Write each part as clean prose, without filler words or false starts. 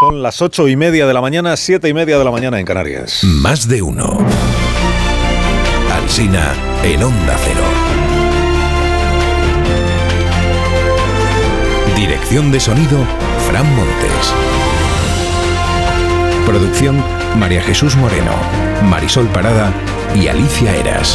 Son las 8:30 de la mañana, 7:30 de la mañana en Canarias. Más de uno. Alsina en Onda Cero. Dirección de sonido, Fran Montes. Producción, María Jesús Moreno, Marisol Parada y Alicia Eras.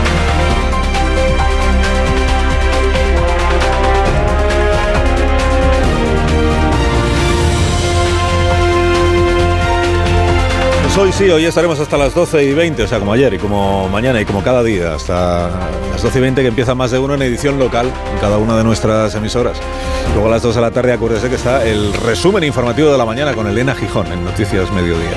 Hoy estaremos hasta las 12:20, o sea, como ayer y como mañana y como cada día, hasta las 12:20, que empieza Más de Uno en edición local en cada una de nuestras emisoras. Luego a las 2 de la tarde, acuérdese que está el resumen informativo de la mañana con Elena Gijón en Noticias Mediodía.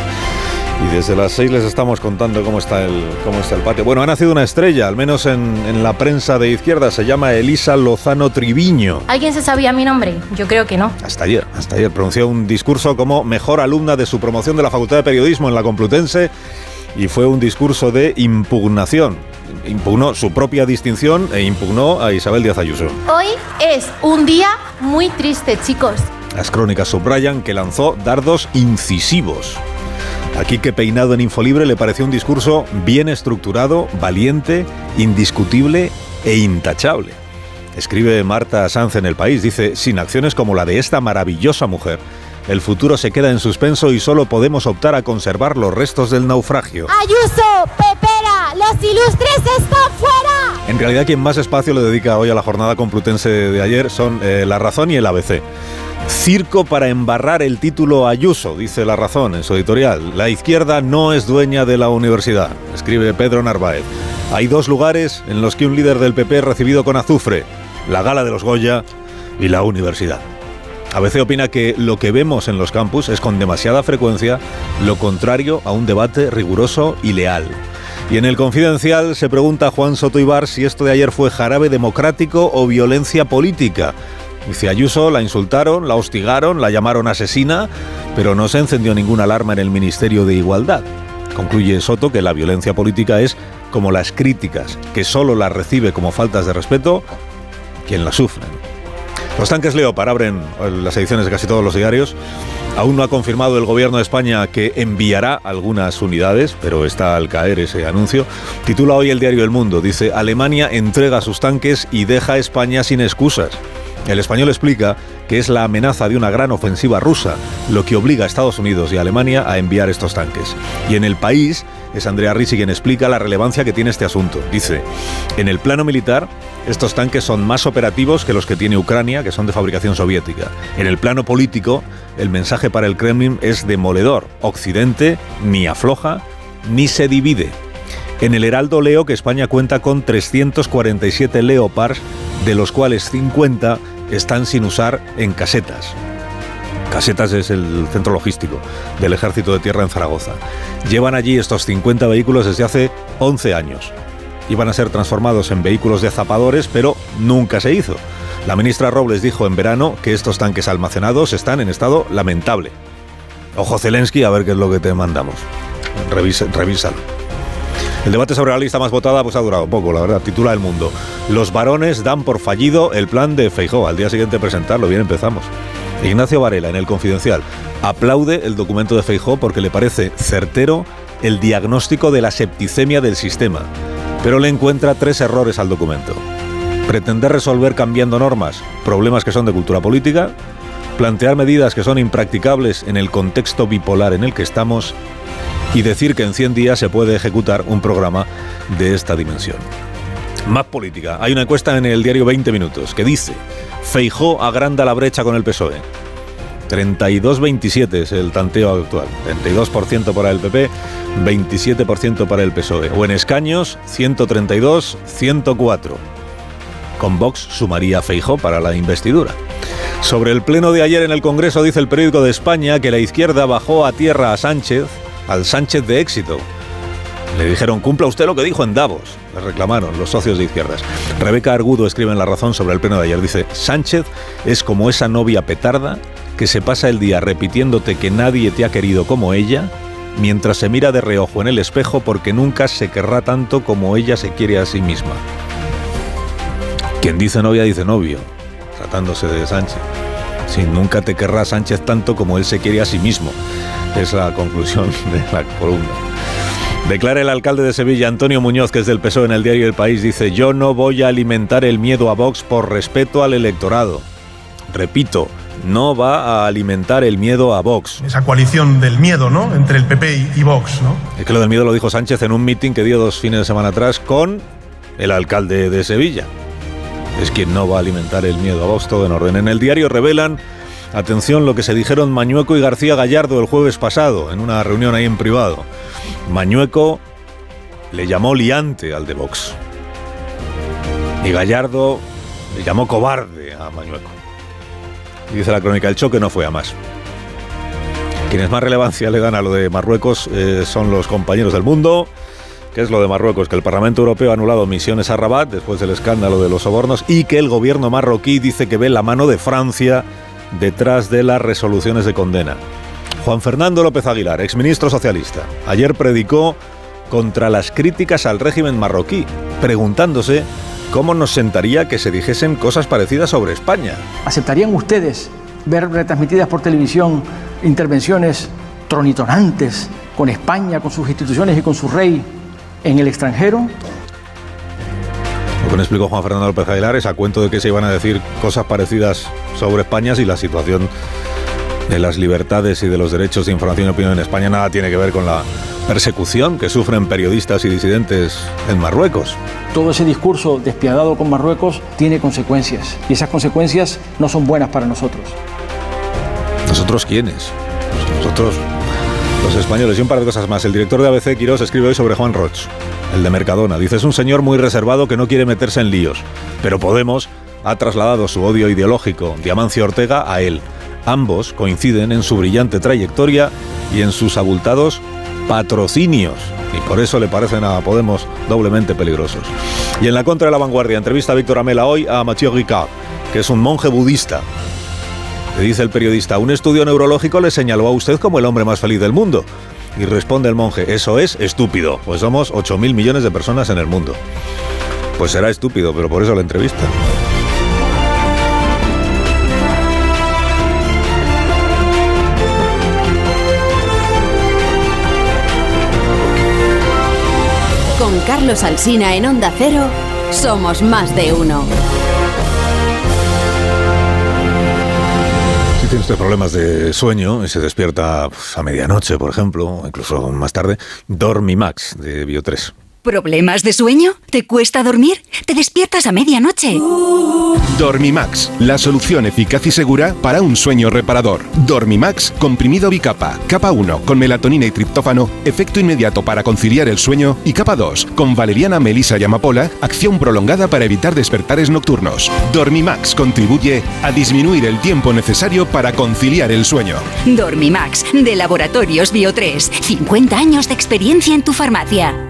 Y desde las 6 les estamos contando cómo está el patio. Bueno, ha nacido una estrella, al menos en la prensa de izquierda. Se llama Elisa Lozano Triviño. ¿Alguien se sabía mi nombre? Yo creo que no. Hasta ayer pronunció un discurso como mejor alumna de su promoción de la Facultad de Periodismo en la Complutense, y fue un discurso de impugnación. Impugnó su propia distinción e impugnó a Isabel Díaz Ayuso. Hoy es un día muy triste, chicos. Las crónicas subrayan que lanzó dardos incisivos. A Quique Peinado en Infolibre le pareció un discurso bien estructurado, valiente, indiscutible e intachable. Escribe Marta Sanz en El País, dice: sin acciones como la de esta maravillosa mujer, el futuro se queda en suspenso y solo podemos optar a conservar los restos del naufragio. Ayuso, Pepera, los ilustres están fuera. En realidad, quien más espacio le dedica hoy a la jornada complutense de ayer son La Razón y el ABC. Circo para embarrar el título Ayuso, dice La Razón en su editorial. La izquierda no es dueña de la universidad, escribe Pedro Narváez. Hay dos lugares en los que un líder del PP es recibido con azufre: la Gala de los Goya y la universidad. ABC opina que lo que vemos en los campus es con demasiada frecuencia lo contrario a un debate riguroso y leal. Y en El Confidencial se pregunta Juan Soto Ibar si esto de ayer fue jarabe democrático o violencia política. Dice: Ayuso la insultaron, la hostigaron, la llamaron asesina, pero no se encendió ninguna alarma en el Ministerio de Igualdad. Concluye Soto que la violencia política es como las críticas, que solo las recibe como faltas de respeto quien las sufre. Los tanques Leopard abren las ediciones de casi todos los diarios. Aún no ha confirmado el gobierno de España que enviará algunas unidades, pero está al caer ese anuncio. Titula hoy el diario El Mundo, dice: Alemania entrega sus tanques y deja a España sin excusas. El Español explica que es la amenaza de una gran ofensiva rusa lo que obliga a Estados Unidos y a Alemania a enviar estos tanques. Y en El País es Andrea Ricci quien explica la relevancia que tiene este asunto. Dice: en el plano militar, estos tanques son más operativos que los que tiene Ucrania, que son de fabricación soviética. En el plano político, el mensaje para el Kremlin es demoledor. Occidente ni afloja ni se divide. En el Heraldo leo que España cuenta con 347 Leopards, de los cuales 50 están sin usar en Casetas. Casetas es el centro logístico del Ejército de Tierra en Zaragoza. Llevan allí estos 50 vehículos desde hace 11 años. Iban a ser transformados en vehículos de zapadores, pero nunca se hizo. La ministra Robles dijo en verano que estos tanques almacenados están en estado lamentable. Ojo, Zelensky, a ver qué es lo que te mandamos. Revísalo. El debate sobre la lista más votada pues ha durado poco, la verdad. Titula El Mundo: los varones dan por fallido el plan de Feijóo. Al día siguiente presentarlo, bien empezamos. Ignacio Varela en El Confidencial aplaude el documento de Feijóo porque le parece certero el diagnóstico de la septicemia del sistema, pero le encuentra 3 errores al documento: pretender resolver cambiando normas problemas que son de cultura política, plantear medidas que son impracticables en el contexto bipolar en el que estamos, y decir que en 100 días se puede ejecutar un programa de esta dimensión. Más política. Hay una encuesta en el diario 20 Minutos que dice: Feijóo agranda la brecha con el PSOE. 32-27 es el tanteo actual. 32% para el PP, 27% para el PSOE. O en escaños, 132-104. Con Vox sumaría Feijóo para la investidura. Sobre el pleno de ayer en el Congreso dice el Periódico de España que la izquierda bajó a tierra a Sánchez, al Sánchez de éxito. Le dijeron: cumpla usted lo que dijo en Davos. Le reclamaron los socios de izquierdas. Rebeca Argudo escribe en La Razón sobre el pleno de ayer. Dice: Sánchez es como esa novia petarda que se pasa el día repitiéndote que nadie te ha querido como ella, mientras se mira de reojo en el espejo porque nunca se querrá tanto como ella se quiere a sí misma. Quien dice novia dice novio, tratándose de Sánchez. Sí, nunca te querrá Sánchez tanto como él se quiere a sí mismo. Es la conclusión de la columna. Declara el alcalde de Sevilla, Antonio Muñoz, que es del PSOE, en el diario El País, dice: yo no voy a alimentar el miedo a Vox por respeto al electorado. Repito, no va a alimentar el miedo a Vox. Esa coalición del miedo, ¿no?, entre el PP y Vox, ¿no? Es que lo del miedo lo dijo Sánchez en un mitin que dio 2 fines de semana atrás con el alcalde de Sevilla. Es quien no va a alimentar el miedo a Vox, todo en orden. En el diario revelan, atención, lo que se dijeron Mañueco y García Gallardo el jueves pasado, en una reunión ahí en privado. Mañueco le llamó liante al de Vox. Y Gallardo le llamó cobarde a Mañueco. Y dice la crónica, el choque no fue a más. Quienes más relevancia le dan a lo de Marruecos son los compañeros del Mundo. ¿Qué es lo de Marruecos? Que el Parlamento Europeo ha anulado misiones a Rabat después del escándalo de los sobornos y que el gobierno marroquí dice que ve la mano de Francia detrás de las resoluciones de condena. Juan Fernando López Aguilar, exministro socialista, ayer predicó contra las críticas al régimen marroquí, preguntándose cómo nos sentaría que se dijesen cosas parecidas sobre España. ¿Aceptarían ustedes ver retransmitidas por televisión intervenciones tronitonantes con España, con sus instituciones y con su rey en el extranjero? Lo que no explicó Juan Fernando López Aguilar es a cuento de que se iban a decir cosas parecidas sobre España si la situación de las libertades y de los derechos de información y opinión en España nada tiene que ver con la persecución que sufren periodistas y disidentes en Marruecos. Todo ese discurso despiadado con Marruecos tiene consecuencias y esas consecuencias no son buenas para nosotros. ¿Nosotros quiénes? Nosotros, los españoles. Y un par de cosas más. El director de ABC, Quirós, escribe hoy sobre Juan Roch, el de Mercadona. Dice, es un señor muy reservado que no quiere meterse en líos, pero Podemos ha trasladado su odio ideológico de Amancio Ortega a él. Ambos coinciden en su brillante trayectoria y en sus abultados patrocinios, y por eso le parecen a Podemos doblemente peligrosos. Y en la contra de La Vanguardia, entrevista a Víctor Amela hoy a Mathieu Ricard, que es un monje budista. Le dice el periodista, un estudio neurológico le señaló a usted como el hombre más feliz del mundo. Y responde el monje, eso es estúpido, pues somos 8.000 millones de personas en el mundo. Pues será estúpido, pero por eso la entrevista. Con Carlos Alsina en Onda Cero, somos más de uno. Si tiene usted problemas de sueño y se despierta a medianoche, por ejemplo, o incluso más tarde, Dormimax de Bio3. ¿Problemas de sueño? ¿Te cuesta dormir? ¿Te despiertas a medianoche? Dormimax, la solución eficaz y segura para un sueño reparador. Dormimax, comprimido bicapa, capa 1 con melatonina y triptófano, efecto inmediato para conciliar el sueño, y capa 2 con valeriana, melisa y amapola, acción prolongada para evitar despertares nocturnos. Dormimax contribuye a disminuir el tiempo necesario para conciliar el sueño. Dormimax, de Laboratorios Bio3, 50 años de experiencia en tu farmacia.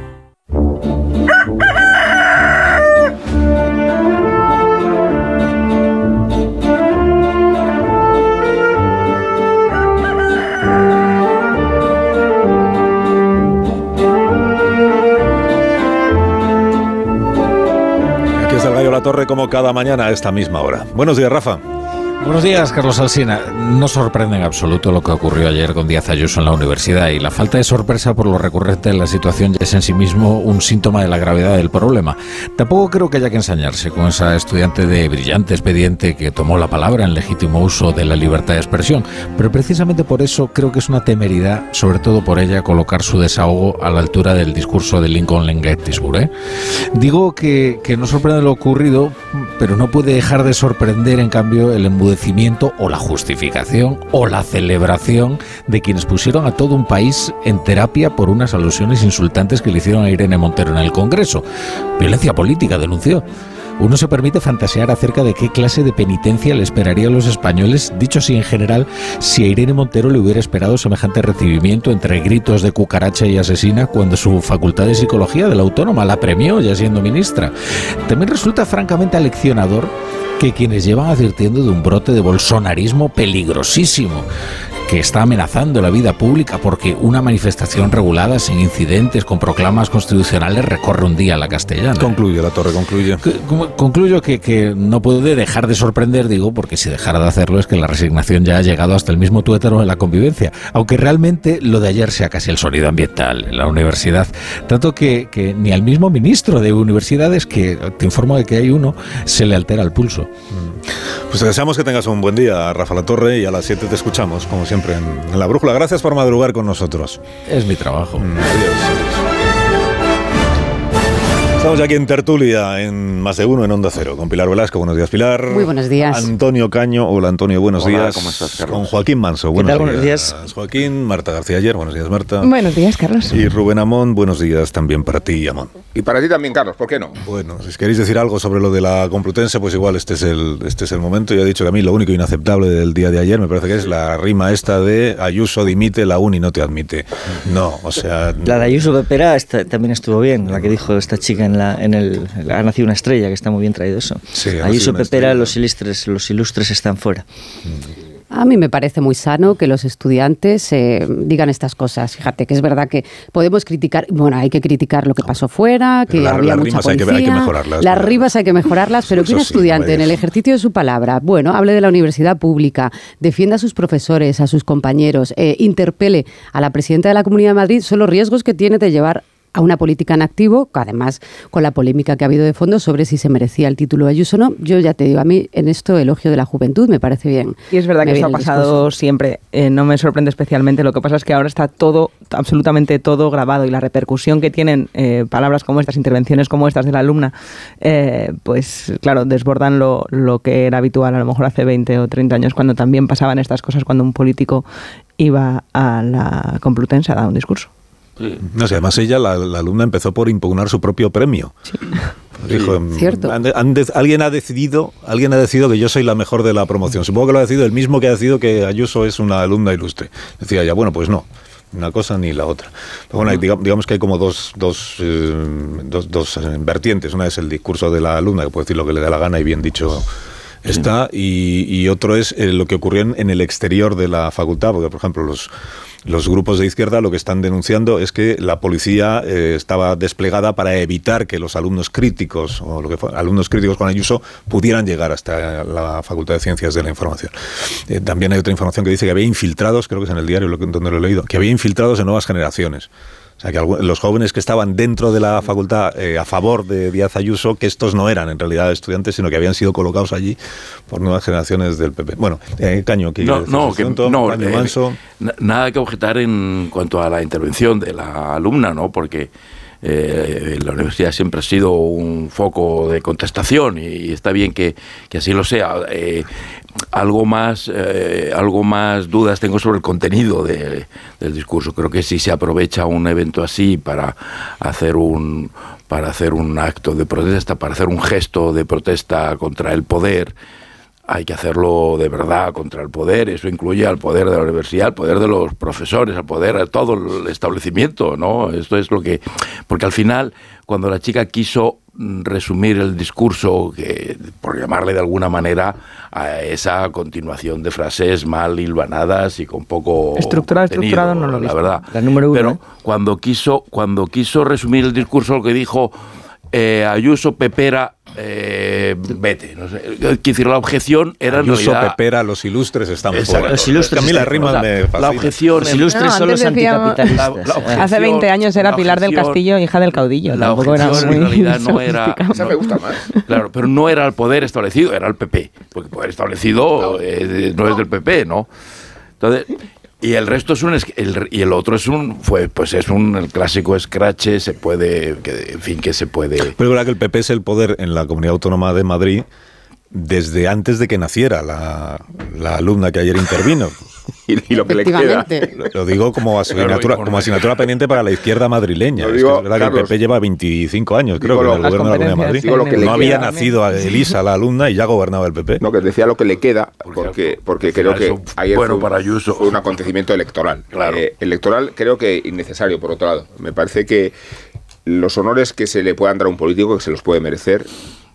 Aquí está el Gallo La Torre como cada mañana a esta misma hora. Buenos días, Rafa. Buenos días, Carlos Alsina. No sorprende en absoluto lo que ocurrió ayer con Díaz Ayuso en la universidad, y la falta de sorpresa por lo recurrente de la situación es en sí mismo un síntoma de la gravedad del problema. Tampoco creo que haya que ensañarse con esa estudiante de brillante expediente que tomó la palabra en legítimo uso de la libertad de expresión, pero precisamente por eso creo que es una temeridad, sobre todo por ella, colocar su desahogo a la altura del discurso de Lincoln en Gettysburg, ¿eh? Digo que no sorprende lo ocurrido, pero no puede dejar de sorprender, en cambio, el embudecimiento o la justificación o la celebración de quienes pusieron a todo un país en terapia por unas alusiones insultantes que le hicieron a Irene Montero en el Congreso. Violencia política, denunció. Uno se permite fantasear acerca de qué clase de penitencia le esperaría a los españoles, dicho así en general, si a Irene Montero le hubiera esperado semejante recibimiento entre gritos de cucaracha y asesina cuando su facultad de psicología de la Autónoma la premió ya siendo ministra. También resulta francamente aleccionador que quienes llevan advirtiendo de un brote de bolsonarismo peligrosísimo, que está amenazando la vida pública porque una manifestación regulada, sin incidentes, con proclamas constitucionales, recorre un día la Castellana. Concluye, La Torre, concluye. Concluyo que no puede dejar de sorprender, digo, porque si dejara de hacerlo es que la resignación ya ha llegado hasta el mismo tuétano de la convivencia, aunque realmente lo de ayer sea casi el sonido ambiental en la universidad, tanto que ni al mismo ministro de Universidades, que te informo de que hay uno, se le altera el pulso. Pues te deseamos que tengas un buen día, Rafa La Torre, y a las 7 te escuchamos, como siempre, en La Brújula. Gracias por madrugar con nosotros. Es mi trabajo. Adiós. Estamos aquí en tertulia, en Más de Uno, en Onda Cero, con Pilar Velasco. Buenos días, Pilar. Muy buenos días. Antonio Caño. Hola, Antonio, buenos días. ¿Cómo estás, Carlos? Con Joaquín Manso. Buenos días, Joaquín. Marta García Ayer. Buenos días, Marta. Buenos días, Carlos. Y Rubén Amón. Buenos días también para ti, Amón. Y para ti también, Carlos, ¿por qué no? Bueno, si queréis decir algo sobre lo de la Complutense, pues igual este es el momento. Ya he dicho que a mí lo único inaceptable del día de ayer me parece que es la rima esta de Ayuso dimite, la uni no te admite. No, o sea... La de Ayuso Pepera también estuvo bien, la que dijo esta chica ha nacido una estrella, que está muy bien traído eso. Sí, Ayuso Pepera, los ilustres están fuera. A mí me parece muy sano que los estudiantes digan estas cosas. Fíjate que es verdad que podemos criticar, bueno, hay que criticar lo que pasó fuera, que había mucha policía. Hay que mejorarlas. Las rimas hay que mejorarlas, pero que un estudiante en el ejercicio de su palabra, bueno, hable de la universidad pública, defienda a sus profesores, a sus compañeros, interpele a la presidenta de la Comunidad de Madrid, son los riesgos que tiene de llevar a una política en activo, además con la polémica que ha habido de fondo sobre si se merecía el título de Ayuso o no. Yo ya te digo, a mí en esto elogio de la juventud me parece bien. Y es verdad que eso ha pasado siempre, no me sorprende especialmente, lo que pasa es que ahora está todo, absolutamente todo grabado, y la repercusión que tienen palabras como estas, intervenciones como estas de la alumna, pues claro, desbordan lo que era habitual a lo mejor hace 20 o 30 años, cuando también pasaban estas cosas, cuando un político iba a la Complutense a dar un discurso. Sí. No sé, además ella, la alumna, empezó por impugnar su propio premio. Sí. Dijo, cierto. Alguien ha decidido que yo soy la mejor de la promoción. Supongo que lo ha decidido el mismo que ha decidido que Ayuso es una alumna ilustre. Decía ella, bueno, pues no, una cosa ni la otra. Pero bueno, digamos que hay como dos vertientes. Una es el discurso de la alumna, que puede decir lo que le da la gana y bien dicho está, y otro es lo que ocurrió en el exterior de la facultad, porque, por ejemplo, los grupos de izquierda lo que están denunciando es que la policía estaba desplegada para evitar que los alumnos críticos, o alumnos críticos con Ayuso, pudieran llegar hasta la Facultad de Ciencias de la Información. También hay otra información que dice que había infiltrados, creo que es en el diario donde lo he leído, que había infiltrados en Nuevas Generaciones. O sea, que los jóvenes que estaban dentro de la facultad a favor de Díaz Ayuso, que estos no eran en realidad estudiantes, sino que habían sido colocados allí por Nuevas Generaciones del PP. Bueno, Caño, ¿qué Caño Manso. Nada que objetar en cuanto a la intervención de la alumna, ¿no? Porque la universidad siempre ha sido un foco de contestación y está bien que así lo sea. Algo más dudas tengo sobre el contenido del discurso. Creo que si se aprovecha un evento así para hacer un acto de protesta, para hacer un gesto de protesta contra el poder, hay que hacerlo de verdad contra el poder. Eso incluye al poder de la universidad, al poder de los profesores, al poder de todo el establecimiento, ¿no? Esto es lo que... Porque al final, cuando la chica quiso resumir el discurso, por llamarle de alguna manera, a esa continuación de frases mal hilvanadas y con poco estructurado no lo he visto. La verdad. La número 1. Pero cuando quiso resumir el discurso, lo que dijo Ayuso, Pepera, vete. No sé. Quiero decir, la objeción era en Ayuso, realidad... Pepera, los ilustres están fuera. Los ilustres. A mí las rimas me fascinan. La objeción... Los ilustres son los anticapitalistas. Hace 20 años era Pilar del Castillo, hija del caudillo. La objeción en realidad no era... Esa me gusta más. Claro, pero no era el poder establecido, era el PP. Porque el poder establecido no es del PP, ¿no? Entonces... Y el resto es y el otro es el clásico escrache, que se puede... Pero es verdad que el PP es el poder en la Comunidad Autónoma de Madrid desde antes de que naciera la alumna que ayer intervino. y lo que le queda. Lo digo como asignatura pendiente para la izquierda madrileña. Es verdad, Carlos, que el PP lleva 25 años, creo, en el gobierno de la Comunidad de Madrid. No había nacido Elisa, la alumna, y ya gobernaba el PP. No, que decía lo que le queda, porque creo que ayer fue un acontecimiento electoral. Claro. Electoral creo que innecesario, por otro lado. Me parece que los honores que se le puedan dar a un político, que se los puede merecer,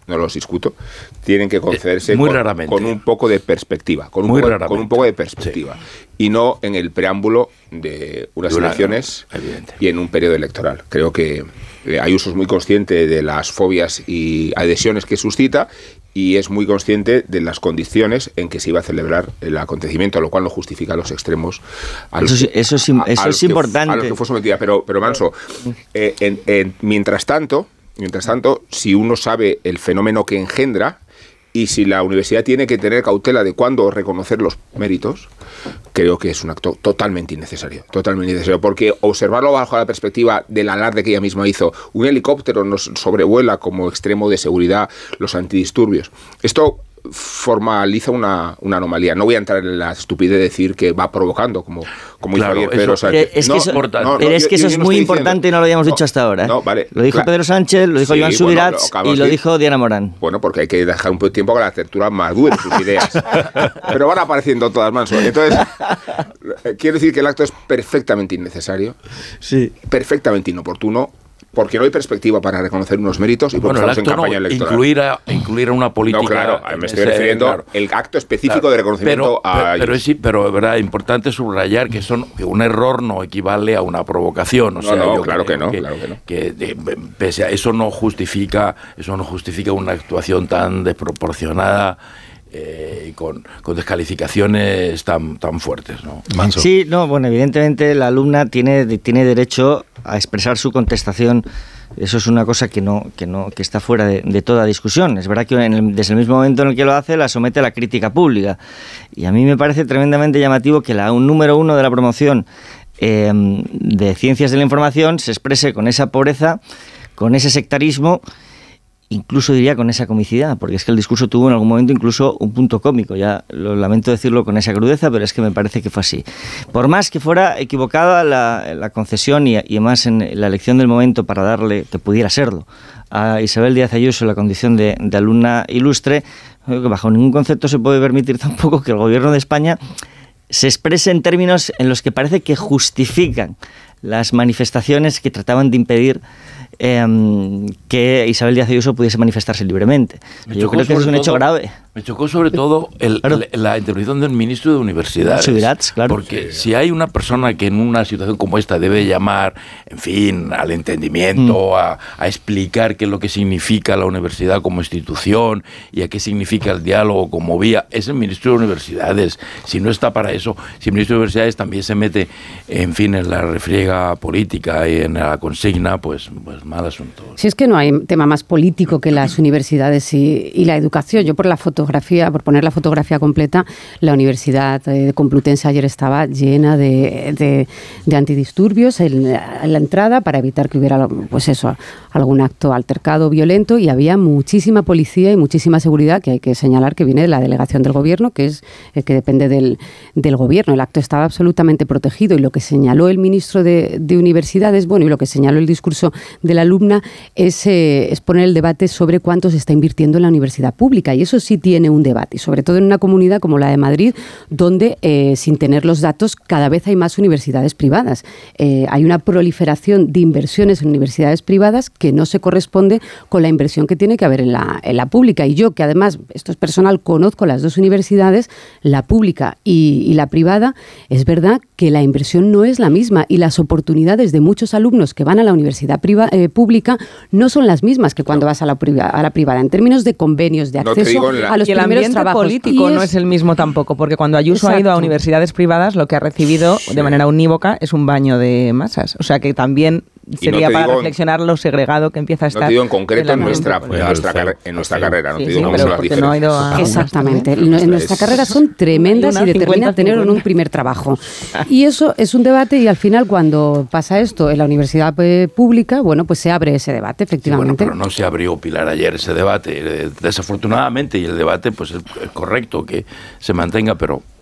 no los discuto, tienen que concederse con un poco de perspectiva, con un poco de perspectiva, y no en el preámbulo de unas elecciones y en un periodo electoral. Creo que Ayuso es muy consciente de las fobias y adhesiones que suscita, y es muy consciente de las condiciones en que se iba a celebrar el acontecimiento, lo cual no justifica los extremos eso es importante a los que fue sometida. Pero Manso, mientras tanto, si uno sabe el fenómeno que engendra y si la universidad tiene que tener cautela de cuándo reconocer los méritos, creo que es un acto totalmente innecesario, porque observarlo bajo la perspectiva del alarde que ella misma hizo, un helicóptero nos sobrevuela como extremo de seguridad los antidisturbios, esto formaliza una anomalía. No voy a entrar en la estupidez de decir que va provocando, como hizo Javier Pedro Sánchez. Es que eso es muy importante y no lo habíamos dicho hasta ahora. Lo dijo Pedro Sánchez, lo dijo Joan Subirats y lo dijo Diana Morán. Bueno, porque hay que dejar un poco de tiempo que la tertulia madure sus ideas. Pero van apareciendo todas, Manso. Entonces, quiero decir que el acto es perfectamente innecesario, perfectamente inoportuno, porque no hay perspectiva para reconocer unos méritos y porque estamos en campaña electoral. Incluir una política... No, claro, me estoy refiriendo el acto específico de reconocimiento pero es verdad, importante subrayar que un error no equivale a una provocación. Claro que no. Pese a eso no justifica una actuación tan desproporcionada y con descalificaciones tan fuertes, ¿no? Manso. Sí, bueno, evidentemente la alumna tiene derecho a expresar su contestación. Eso es una cosa que está fuera de toda discusión. Es verdad que desde el mismo momento en el que lo hace, la somete a la crítica pública. Y a mí me parece tremendamente llamativo que un número 1 de la promoción de Ciencias de la Información se exprese con esa pobreza, con ese sectarismo, incluso diría con esa comicidad, porque es que el discurso tuvo en algún momento incluso un punto cómico. Ya lo lamento decirlo con esa crudeza, pero es que me parece que fue así. Por más que fuera equivocada la concesión y además en la elección del momento para darle, que pudiera serlo, a Isabel Díaz Ayuso la condición de alumna ilustre, bajo ningún concepto se puede permitir tampoco que el gobierno de España se exprese en términos en los que parece que justifican las manifestaciones que trataban de impedir que Isabel Díaz Ayuso pudiese manifestarse libremente. Yo creo que es un hecho grave. Me chocó sobre todo la intervención del ministro de Universidades. Subirats, claro. Porque si hay una persona que en una situación como esta debe llamar, en fin, al entendimiento, a explicar qué es lo que significa la universidad como institución y a qué significa el diálogo como vía, es el ministro de Universidades. Si no está para eso, si el ministro de Universidades también se mete, en fin, en la refriega política y en la consigna, pues mal asunto. Si es que no hay tema más político que las universidades y la educación. Yo por poner la fotografía completa, la Universidad Complutense ayer estaba llena de antidisturbios en la entrada para evitar que hubiera algún acto altercado violento, y había muchísima policía y muchísima seguridad, que hay que señalar que viene de la delegación del gobierno, que depende del gobierno. El acto estaba absolutamente protegido, y lo que señaló el ministro de Universidades, y lo que señaló el discurso de la alumna es poner el debate sobre cuánto se está invirtiendo en la universidad pública, y eso sí tiene un debate, y sobre todo en una comunidad como la de Madrid, donde sin tener los datos cada vez hay más universidades privadas. Hay una proliferación de inversiones en universidades privadas que no se corresponde con la inversión que tiene que haber en la pública. Y yo, que además, esto es personal, conozco las dos universidades, la pública y la privada, es verdad que la inversión no es la misma, y las oportunidades de muchos alumnos que van a la universidad pública no son las mismas que cuando vas a la privada, en términos de convenios, de acceso a los primeros trabajos. El ambiente político no es el mismo tampoco, porque cuando Ayuso ha ido a universidades privadas, lo que ha recibido de manera unívoca es un baño de masas. O sea que también sería para reflexionar lo segregado que empieza a estar. No te digo en concreto en nuestra carrera, no te digo cómo son las diferencias. Exactamente. En nuestra carrera son tremendas y determinan tener un primer trabajo. Y eso es un debate, y al final, cuando pasa esto en la universidad pública, pues se abre ese debate, efectivamente. Pero no se abrió, Pilar, ayer ese debate, desafortunadamente, y el debate pues es correcto que se mantenga, pero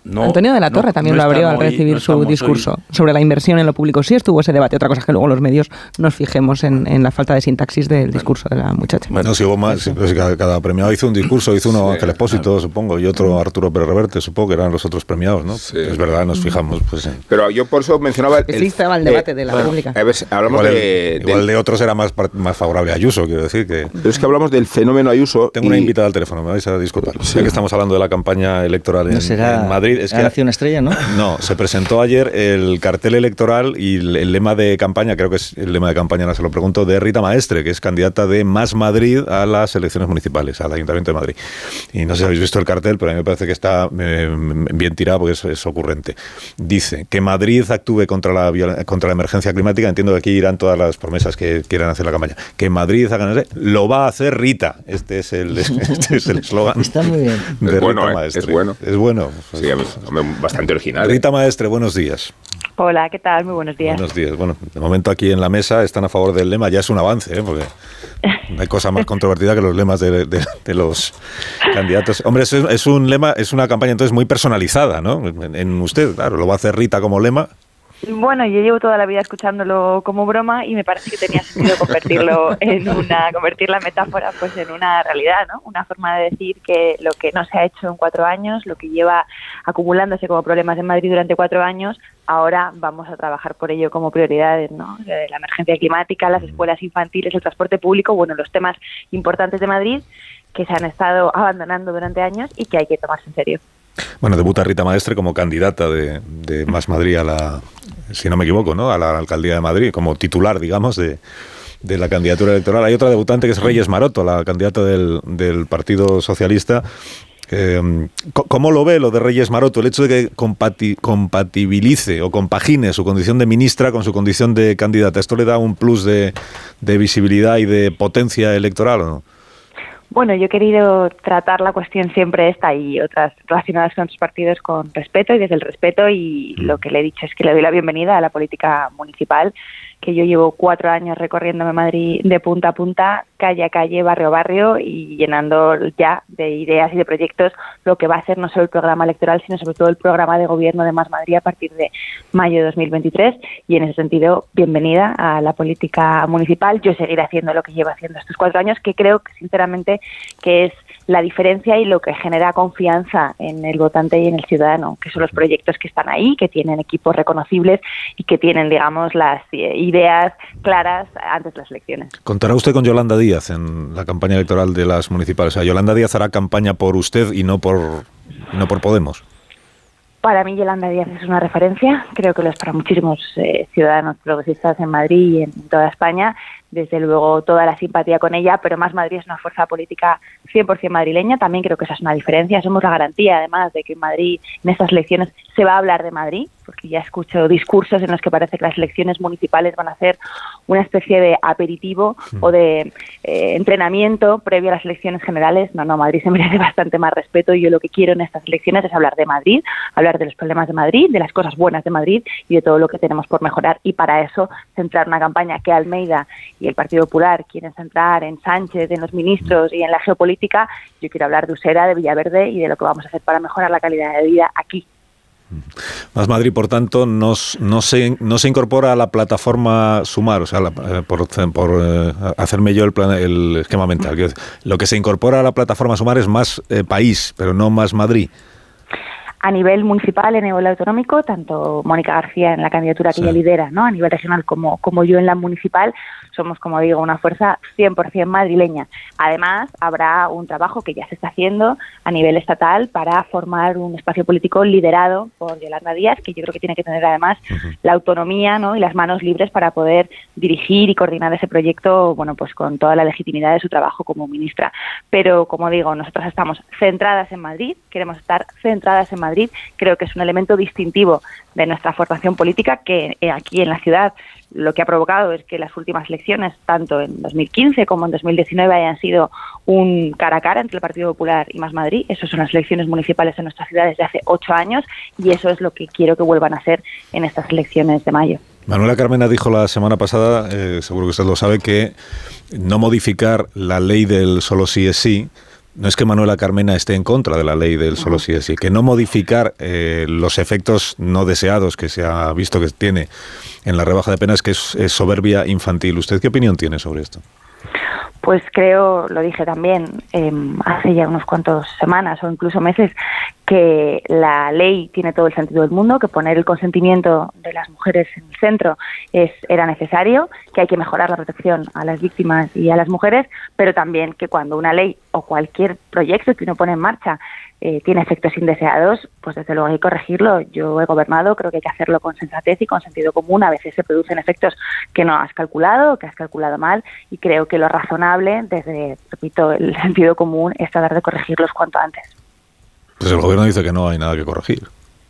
Antonio de la Torre también lo abrió al recibir su discurso sobre la inversión en lo público. Sí estuvo ese debate. Otra cosa es que luego los medios nos fijemos en la falta de sintaxis del discurso de la muchacha. Bueno, si hubo más, cada premiado hizo un discurso, hizo uno Ángel Expósito, supongo, y otro Arturo Pérez Reverte, supongo que eran los otros premiados, ¿no? Sí. Es verdad, nos fijamos. Pues, Pero yo por eso mencionaba... Sí, estaba el debate de la República. Hablamos igual de otros era más favorable a Ayuso, quiero decir que... Pero es que hablamos del fenómeno Ayuso... Tengo una invitada al teléfono, me vais a disculpar. Ya que estamos hablando de la campaña electoral en Madrid... Es que nació una estrella, ¿no? No, se presentó ayer el cartel electoral y el lema de campaña, creo que es el lema de campaña, ahora se lo pregunto, de Rita Maestre, que es candidata de Más Madrid a las elecciones municipales, al Ayuntamiento de Madrid. Y no sé si habéis visto el cartel, pero a mí me parece que está bien tirado porque es ocurrente. Dice que Madrid actúe contra la emergencia climática. Entiendo que aquí irán todas las promesas que quieran hacer la campaña. Que Madrid lo va a hacer Rita. Este es el eslogan. Está muy bien. De Rita Maestre. Es bueno. Es bueno. Sí, bastante original. Rita Maestre, buenos días. Hola, ¿qué tal? Muy buenos días. Buenos días. Bueno, de momento aquí en la mesa están a favor del lema. Ya es un avance, porque no hay cosa más controvertida que los lemas de los candidatos. Hombre, es un lema, es una campaña entonces muy personalizada, ¿no? En usted, claro, lo va a hacer Rita como lema. Bueno, yo llevo toda la vida escuchándolo como broma y me parece que tenía sentido convertir la metáfora pues en una realidad, ¿no? Una forma de decir que lo que no se ha hecho en 4 años, lo que lleva acumulándose como problemas en Madrid durante 4 años, ahora vamos a trabajar por ello como prioridades, ¿no? La emergencia climática, las escuelas infantiles, el transporte público, bueno, los temas importantes de Madrid que se han estado abandonando durante años y que hay que tomarse en serio. Bueno, debuta Rita Maestre como candidata de Más Madrid si no me equivoco, ¿no? A la alcaldía de Madrid, como titular, digamos, de la candidatura electoral. Hay otra debutante que es Reyes Maroto, la candidata del Partido Socialista. ¿Cómo lo ve lo de Reyes Maroto? El hecho de que compatibilice o compagine su condición de ministra con su condición de candidata. ¿Esto le da un plus de visibilidad y de potencia electoral o no? Bueno, yo he querido tratar la cuestión siempre esta y otras relacionadas con otros partidos con respeto y desde el respeto, y lo que le he dicho es que le doy la bienvenida a la política municipal, que yo llevo 4 años recorriéndome Madrid de punta a punta, calle a calle, barrio a barrio, y llenando ya de ideas y de proyectos lo que va a ser no solo el programa electoral, sino sobre todo el programa de gobierno de Más Madrid a partir de mayo de 2023, y en ese sentido, bienvenida a la política municipal. Yo seguiré haciendo lo que llevo haciendo estos 4 años, que creo que sinceramente que es la diferencia y lo que genera confianza en el votante y en el ciudadano, que son los proyectos que están ahí, que tienen equipos reconocibles y que tienen, digamos, las ideas claras antes de las elecciones. ¿Contará usted con Yolanda Díaz en la campaña electoral de las municipales? O sea, Yolanda Díaz hará campaña por usted y no por Podemos. Para mí Yolanda Díaz es una referencia, creo que lo es para muchísimos ciudadanos progresistas en Madrid y en toda España. Desde luego toda la simpatía con ella, pero Más Madrid es una fuerza política 100% madrileña. También creo que esa es una diferencia. Somos la garantía, además, de que en Madrid, en estas elecciones, se va a hablar de Madrid, porque ya escucho discursos en los que parece que las elecciones municipales van a ser una especie de aperitivo o de entrenamiento previo a las elecciones generales. No, Madrid se merece bastante más respeto, y yo lo que quiero en estas elecciones es hablar de Madrid, hablar de los problemas de Madrid, de las cosas buenas de Madrid y de todo lo que tenemos por mejorar, y para eso centrar una campaña que Almeida y el Partido Popular quieren centrar en Sánchez, en los ministros y en la geopolítica. Yo quiero hablar de Usera, de Villaverde y de lo que vamos a hacer para mejorar la calidad de vida aquí. Más Madrid, por tanto, no se incorpora a la plataforma Sumar, o sea, por hacerme yo el esquema mental. Lo que se incorpora a la plataforma Sumar es Más País, pero no Más Madrid. A nivel municipal, en nivel autonómico, tanto Mónica García en la candidatura que ella lidera, ¿no?, a nivel regional, como yo en la municipal, somos, como digo, una fuerza 100% madrileña. Además, habrá un trabajo que ya se está haciendo a nivel estatal para formar un espacio político liderado por Yolanda Díaz, que yo creo que tiene que tener además la autonomía, ¿no?, y las manos libres para poder dirigir y coordinar ese proyecto, bueno, pues con toda la legitimidad de su trabajo como ministra. Pero, como digo, nosotras estamos centradas en Madrid, queremos estar centradas en Madrid. Creo que es un elemento distintivo de nuestra formación política, que aquí en la ciudad lo que ha provocado es que las últimas elecciones, tanto en 2015 como en 2019, hayan sido un cara a cara entre el Partido Popular y Más Madrid. Esas son las elecciones municipales en nuestra ciudad desde hace 8 años, y eso es lo que quiero que vuelvan a ser en estas elecciones de mayo. Manuela Carmena dijo la semana pasada, seguro que usted lo sabe, que no modificar la ley del solo sí es sí no es que Manuela Carmena esté en contra de la ley del solo sí es sí, que no modificar los efectos no deseados que se ha visto que tiene en la rebaja de penas, que es soberbia infantil. ¿Usted qué opinión tiene sobre esto? Pues creo, lo dije también hace ya unos cuantos semanas o incluso meses, que la ley tiene todo el sentido del mundo, que poner el consentimiento de las mujeres en el centro era necesario, que hay que mejorar la protección a las víctimas y a las mujeres, pero también que cuando una ley o cualquier proyecto que uno pone en marcha tiene efectos indeseados, pues desde luego hay que corregirlo. Yo he gobernado, creo que hay que hacerlo con sensatez y con sentido común. A veces se producen efectos que no has calculado, que has calculado mal, y creo que lo razonable, desde, repito, el sentido común, es tratar de corregirlos cuanto antes. Pues el gobierno dice que no hay nada que corregir.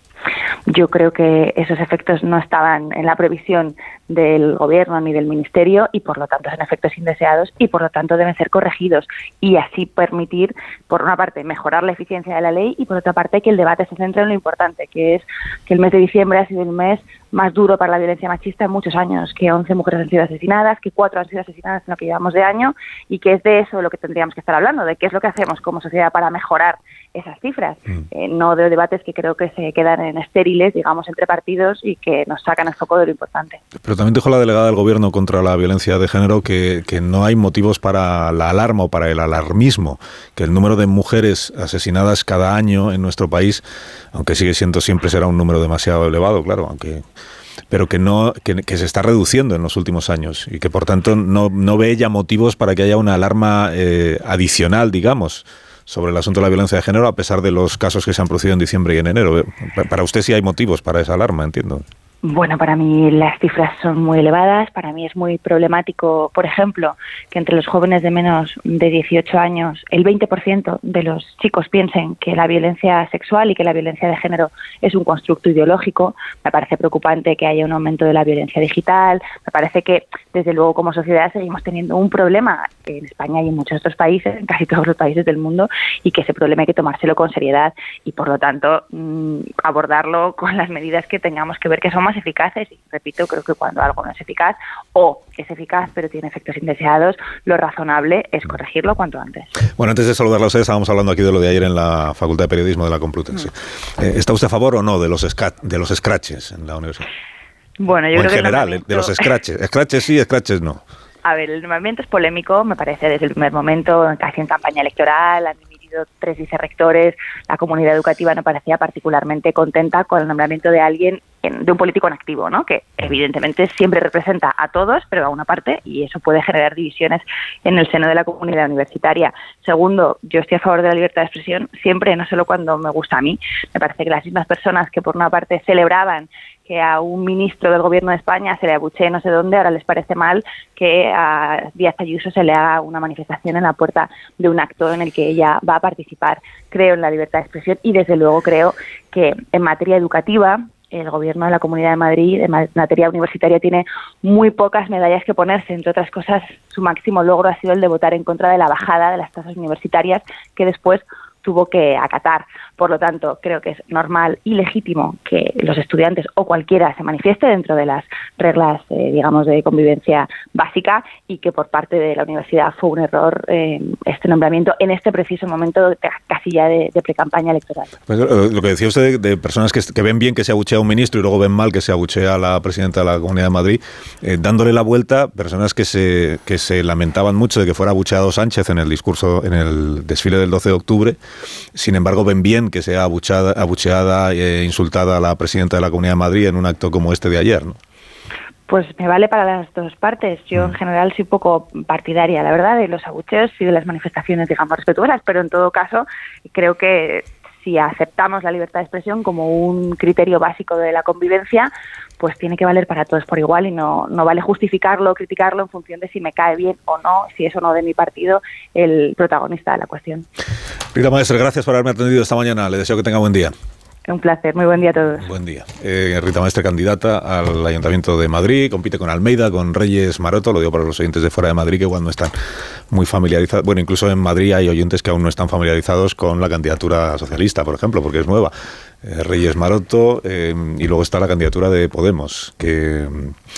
Yo creo que esos efectos no estaban en la previsión del gobierno ni del ministerio y por lo tanto son efectos indeseados y por lo tanto deben ser corregidos y así permitir, por una parte, mejorar la eficiencia de la ley y por otra parte que el debate se centre en lo importante, que es que el mes de diciembre ha sido el mes más duro para la violencia machista en muchos años, que 11 mujeres han sido asesinadas, que 4 han sido asesinadas en lo que llevamos de año y que es de eso lo que tendríamos que estar hablando, de qué es lo que hacemos como sociedad para mejorar esas cifras, no de debates que creo que se quedan en estériles, digamos, entre partidos y que nos sacan el foco de lo importante. Pero también dijo la delegada del Gobierno contra la violencia de género que no hay motivos para la alarma o para el alarmismo, que el número de mujeres asesinadas cada año en nuestro país, aunque sigue siendo, siempre será un número demasiado elevado, claro, pero que se está reduciendo en los últimos años y que por tanto no ve ella motivos para que haya una alarma adicional, digamos, sobre el asunto de la violencia de género, a pesar de los casos que se han producido en diciembre y en enero. Para usted sí hay motivos para esa alarma, entiendo. Bueno, para mí las cifras son muy elevadas. Para mí es muy problemático, por ejemplo, que entre los jóvenes de menos de 18 años el 20% de los chicos piensen que la violencia sexual y que la violencia de género es un constructo ideológico. Me parece preocupante que haya un aumento de la violencia digital. Me parece que, desde luego, como sociedad seguimos teniendo un problema en España y en muchos otros países, en casi todos los países del mundo, y que ese problema hay que tomárselo con seriedad y, por lo tanto, abordarlo con las medidas que tengamos que ver que son más eficaces. Y repito, creo que cuando algo no es eficaz o es eficaz pero tiene efectos indeseados, lo razonable es corregirlo cuanto antes. Bueno, antes de saludarla a ustedes, estábamos hablando aquí de lo de ayer en la Facultad de Periodismo de la Complutense. ¿Está usted a favor o no de los scratches en la universidad? Bueno, yo o creo en general, de los scratches. Scratches sí, scratches no. A ver, el nombramiento es polémico, me parece, desde el primer momento, casi en campaña electoral. Han dimitido 3 vicerrectores, la comunidad educativa no parecía particularmente contenta con el nombramiento de alguien, de un político en activo, ¿no? Que evidentemente siempre representa a todos, pero a una parte, y eso puede generar divisiones en el seno de la comunidad universitaria. Segundo, yo estoy a favor de la libertad de expresión siempre, no solo cuando me gusta a mí. Me parece que las mismas personas que por una parte celebraban que a un ministro del Gobierno de España se le abuchee no sé dónde, ahora les parece mal que a Díaz Ayuso se le haga una manifestación en la puerta de un acto en el que ella va a participar. Creo en la libertad de expresión y desde luego creo que en materia educativa el Gobierno de la Comunidad de Madrid, en materia universitaria, tiene muy pocas medallas que ponerse. Entre otras cosas, su máximo logro ha sido el de votar en contra de la bajada de las tasas universitarias, que después tuvo que acatar. Por lo tanto, creo que es normal y legítimo que los estudiantes o cualquiera se manifieste dentro de las reglas, digamos, de convivencia básica, y que por parte de la universidad fue un error este nombramiento en este preciso momento casi ya de precampaña electoral. Pues lo que decía usted de personas que ven bien que se abuchea a un ministro y luego ven mal que se abuchea a la presidenta de la Comunidad de Madrid, dándole la vuelta, personas que se lamentaban mucho de que fuera abucheado Sánchez en el discurso, en el desfile del 12 de octubre, sin embargo ven bien que sea abucheada e insultada a la presidenta de la Comunidad de Madrid en un acto como este de ayer, ¿no? Pues me vale para las dos partes. Yo en general soy poco partidaria, la verdad, de los abucheos y de las manifestaciones, digamos, respetuosas, pero en todo caso creo que si aceptamos la libertad de expresión como un criterio básico de la convivencia, pues tiene que valer para todos por igual y no vale justificarlo o criticarlo en función de si me cae bien o no, si es o no de mi partido el protagonista de la cuestión. Rita Maestre, gracias por haberme atendido esta mañana. Le deseo que tenga buen día. Un placer, muy buen día a todos. Buen día. Rita Maestre, candidata al Ayuntamiento de Madrid, compite con Almeida, con Reyes Maroto, lo digo para los oyentes de fuera de Madrid que igual no están muy familiarizados. Bueno, incluso en Madrid hay oyentes que aún no están familiarizados con la candidatura socialista, por ejemplo, porque es nueva. Reyes Maroto, y luego está la candidatura de Podemos, que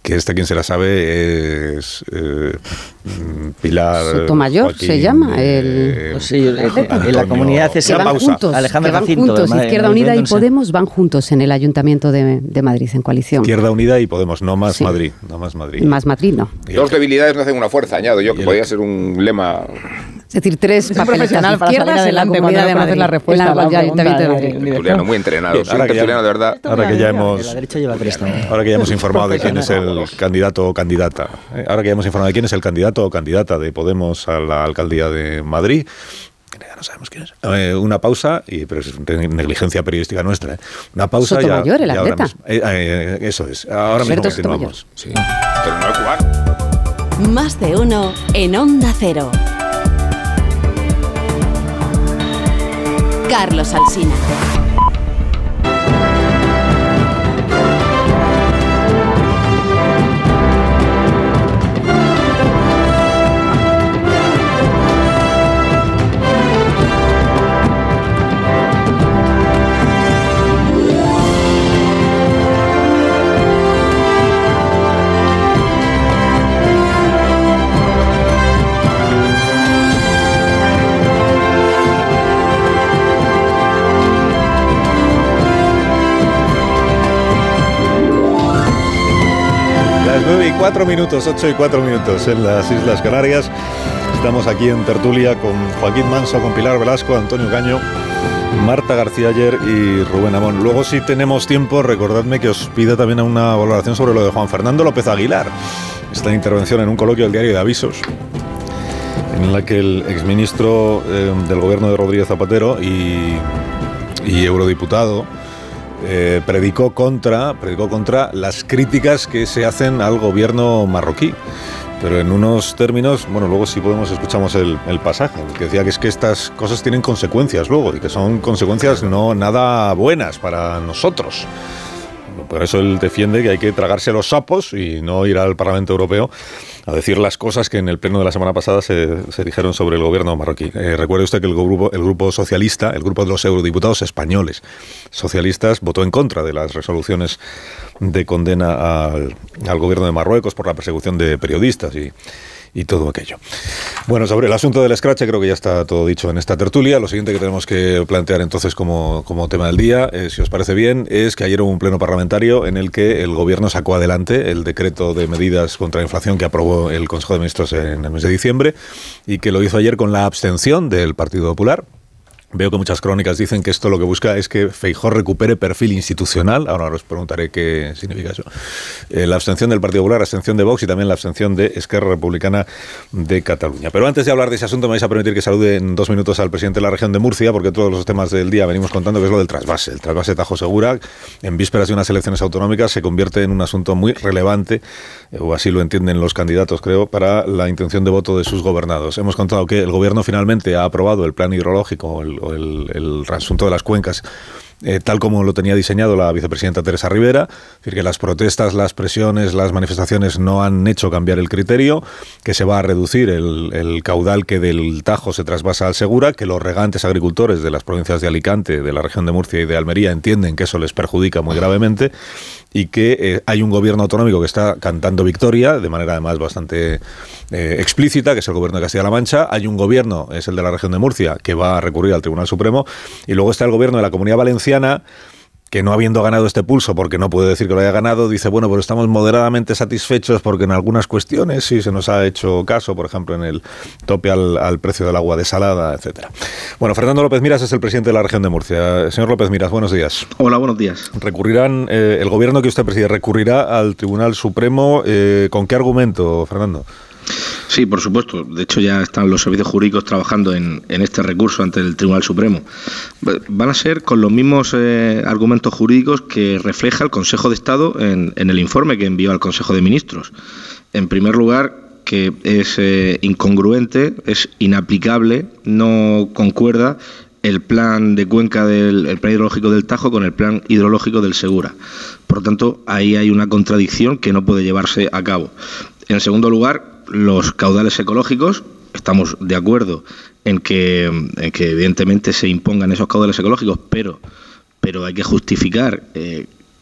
que quien se la sabe es Pilar Sotomayor, Joaquín, se llama. En la comunidad van juntos, Alejandro van Jacinto, juntos. Izquierda Unida y Podemos van juntos en el Ayuntamiento de Madrid, en coalición. Izquierda Unida y Podemos, no más Madrid. No más Madrid. Más Madrid, no. Dos debilidades no hacen una fuerza, añado yo, que podría ser un lema. Es decir, 3 papeletas izquierdas en la Comunidad de Madrid, la respuesta en el Ayuntamiento de Madrid. Tertuliano, muy entrenado. Tertuliano, de verdad. Ahora que ya hemos... La derecha lleva 3 también. Ahora que ya hemos informado de quién es el candidato o candidata, ahora que ya hemos informado de quién es el candidato o candidata de Podemos a la alcaldía de Madrid, ya no sabemos quién es. Una pausa, pero es negligencia periodística nuestra. Una pausa. Sotomayor, el atleta. Eso es. Ahora mismo continuamos. Sí. Pero no jugar. Más de uno en Onda Cero. Carlos Alsina. Las 9:04, 8:04 en las Islas Canarias. Estamos aquí en tertulia con Joaquín Manso, con Pilar Velasco, Antonio Caño, Marta García Ayer y Rubén Amón. Luego, si tenemos tiempo, recordadme que os pida también una valoración sobre lo de Juan Fernando López Aguilar. Esta intervención en un coloquio del Diario de Avisos, en la que el exministro del gobierno de Rodríguez Zapatero y eurodiputado predicó contra las críticas que se hacen al gobierno marroquí. Pero en unos términos, bueno, luego si podemos escuchamos el pasaje, que decía que es que estas cosas tienen consecuencias luego y que son consecuencias no nada buenas para nosotros. Por eso él defiende que hay que tragarse los sapos y no ir al Parlamento Europeo a decir las cosas que en el pleno de la semana pasada se dijeron sobre el gobierno marroquí. Recuerde usted que el grupo socialista, el grupo de los eurodiputados españoles socialistas, votó en contra de las resoluciones de condena al gobierno de Marruecos por la persecución de periodistas y todo aquello. Bueno, sobre el asunto del escrache creo que ya está todo dicho en esta tertulia. Lo siguiente que tenemos que plantear entonces como tema del día, si os parece bien, es que ayer hubo un pleno parlamentario en el que el gobierno sacó adelante el decreto de medidas contra la inflación que aprobó el Consejo de Ministros en el mes de diciembre y que lo hizo ayer con la abstención del Partido Popular. Veo que muchas crónicas dicen que esto lo que busca es que Feijóo recupere perfil institucional. Ahora os preguntaré qué significa eso. La abstención del Partido Popular, la abstención de Vox y también la abstención de Esquerra Republicana de Cataluña. Pero antes de hablar de ese asunto me vais a permitir que salude en 2 minutos al presidente de la región de Murcia, porque todos los temas del día venimos contando que es lo del trasvase. El trasvase Tajo Segura, en vísperas de unas elecciones autonómicas, se convierte en un asunto muy relevante, o así lo entienden los candidatos, creo, para la intención de voto de sus gobernados. Hemos contado que el gobierno finalmente ha aprobado el plan hidrológico, el asunto de las cuencas, tal como lo tenía diseñado la vicepresidenta Teresa Rivera, es decir, que las protestas, las presiones, las manifestaciones no han hecho cambiar el criterio, que se va a reducir el caudal que del Tajo se trasvasa al Segura, que los regantes agricultores de las provincias de Alicante, de la región de Murcia y de Almería entienden que eso les perjudica muy gravemente y que hay un gobierno autonómico que está cantando victoria, de manera además bastante explícita, que es el gobierno de Castilla-La Mancha. Hay un gobierno, es el de la región de Murcia, que va a recurrir al Tribunal Supremo, y luego está el gobierno de la Comunidad Valenciana, que no habiendo ganado este pulso, porque no puede decir que lo haya ganado, dice, bueno, pero estamos moderadamente satisfechos porque en algunas cuestiones sí se nos ha hecho caso, por ejemplo, en el tope al precio del agua desalada, etcétera. Bueno, Fernando López Miras es el presidente de la región de Murcia. Señor López Miras, buenos días. Hola, buenos días. Recurrirán, el gobierno que usted preside recurrirá al Tribunal Supremo. ¿Con qué argumento, Fernando? Sí, por supuesto. De hecho, ya están los servicios jurídicos trabajando en este recurso ante el Tribunal Supremo. Van a ser con los mismos argumentos jurídicos que refleja el Consejo de Estado en el informe que envió al Consejo de Ministros. En primer lugar, que es incongruente, es inaplicable, no concuerda el plan de cuenca el plan hidrológico del Tajo con el plan hidrológico del Segura. Por lo tanto, ahí hay una contradicción que no puede llevarse a cabo. En segundo lugar, los caudales ecológicos, estamos de acuerdo en que evidentemente se impongan esos caudales ecológicos, pero hay que justificar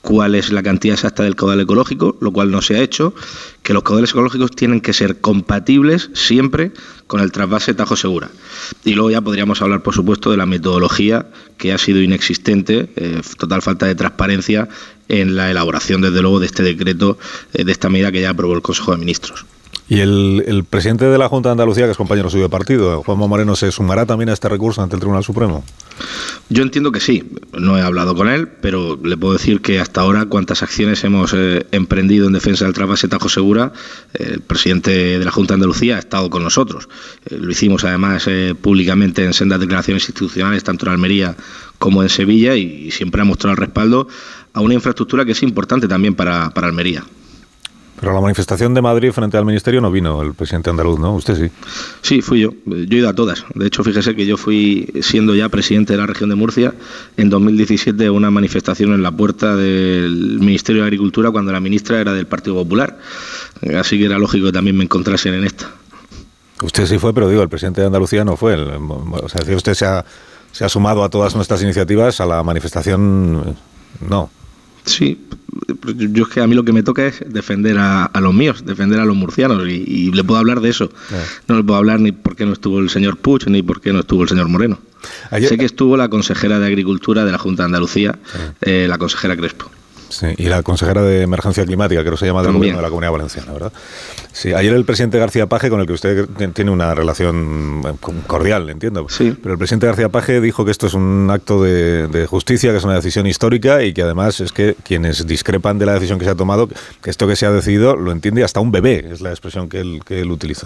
cuál es la cantidad exacta del caudal ecológico, lo cual no se ha hecho, que los caudales ecológicos tienen que ser compatibles siempre con el trasvase Tajo Segura. Y luego ya podríamos hablar, por supuesto, de la metodología, que ha sido inexistente, total falta de transparencia en la elaboración, desde luego, de este decreto, de esta medida que ya aprobó el Consejo de Ministros. ¿Y el presidente de la Junta de Andalucía, que es compañero suyo de partido, Juanma Moreno, se sumará también a este recurso ante el Tribunal Supremo? Yo entiendo que sí. No he hablado con él, pero le puedo decir que hasta ahora cuántas acciones hemos emprendido en defensa del trasvase Tajo Segura, el presidente de la Junta de Andalucía ha estado con nosotros. Lo hicimos además públicamente en sendas declaraciones institucionales, tanto en Almería como en Sevilla, y siempre ha mostrado el respaldo a una infraestructura que es importante también para Almería. Pero a la manifestación de Madrid frente al Ministerio no vino el presidente andaluz, ¿no? Usted sí. Sí, fui yo. Yo he ido a todas. De hecho, fíjese que yo fui, siendo ya presidente de la región de Murcia, en 2017 a una manifestación en la puerta del Ministerio de Agricultura cuando la ministra era del Partido Popular. Así que era lógico que también me encontrasen en esta. Usted sí fue, pero digo, el presidente de Andalucía no fue. O sea, si usted se ha sumado a todas nuestras iniciativas, a la manifestación no. Sí, yo es que a mí lo que me toca es defender a los míos, defender a los murcianos, y le puedo hablar de eso. No le puedo hablar ni por qué no estuvo el señor Puig ni por qué no estuvo el señor Moreno. Sé que estuvo la consejera de Agricultura de la Junta de Andalucía, la consejera Crespo. Sí, y la consejera de Emergencia Climática, que no se llama del Gobierno de la Comunidad Valenciana, ¿verdad? Sí, ayer el presidente García Page, con el que usted tiene una relación cordial, entiendo. Sí. Pero el presidente García Page dijo que esto es un acto de justicia, que es una decisión histórica y que además es que quienes discrepan de la decisión que se ha tomado, que esto que se ha decidido lo entiende hasta un bebé, es la expresión que él utilizó.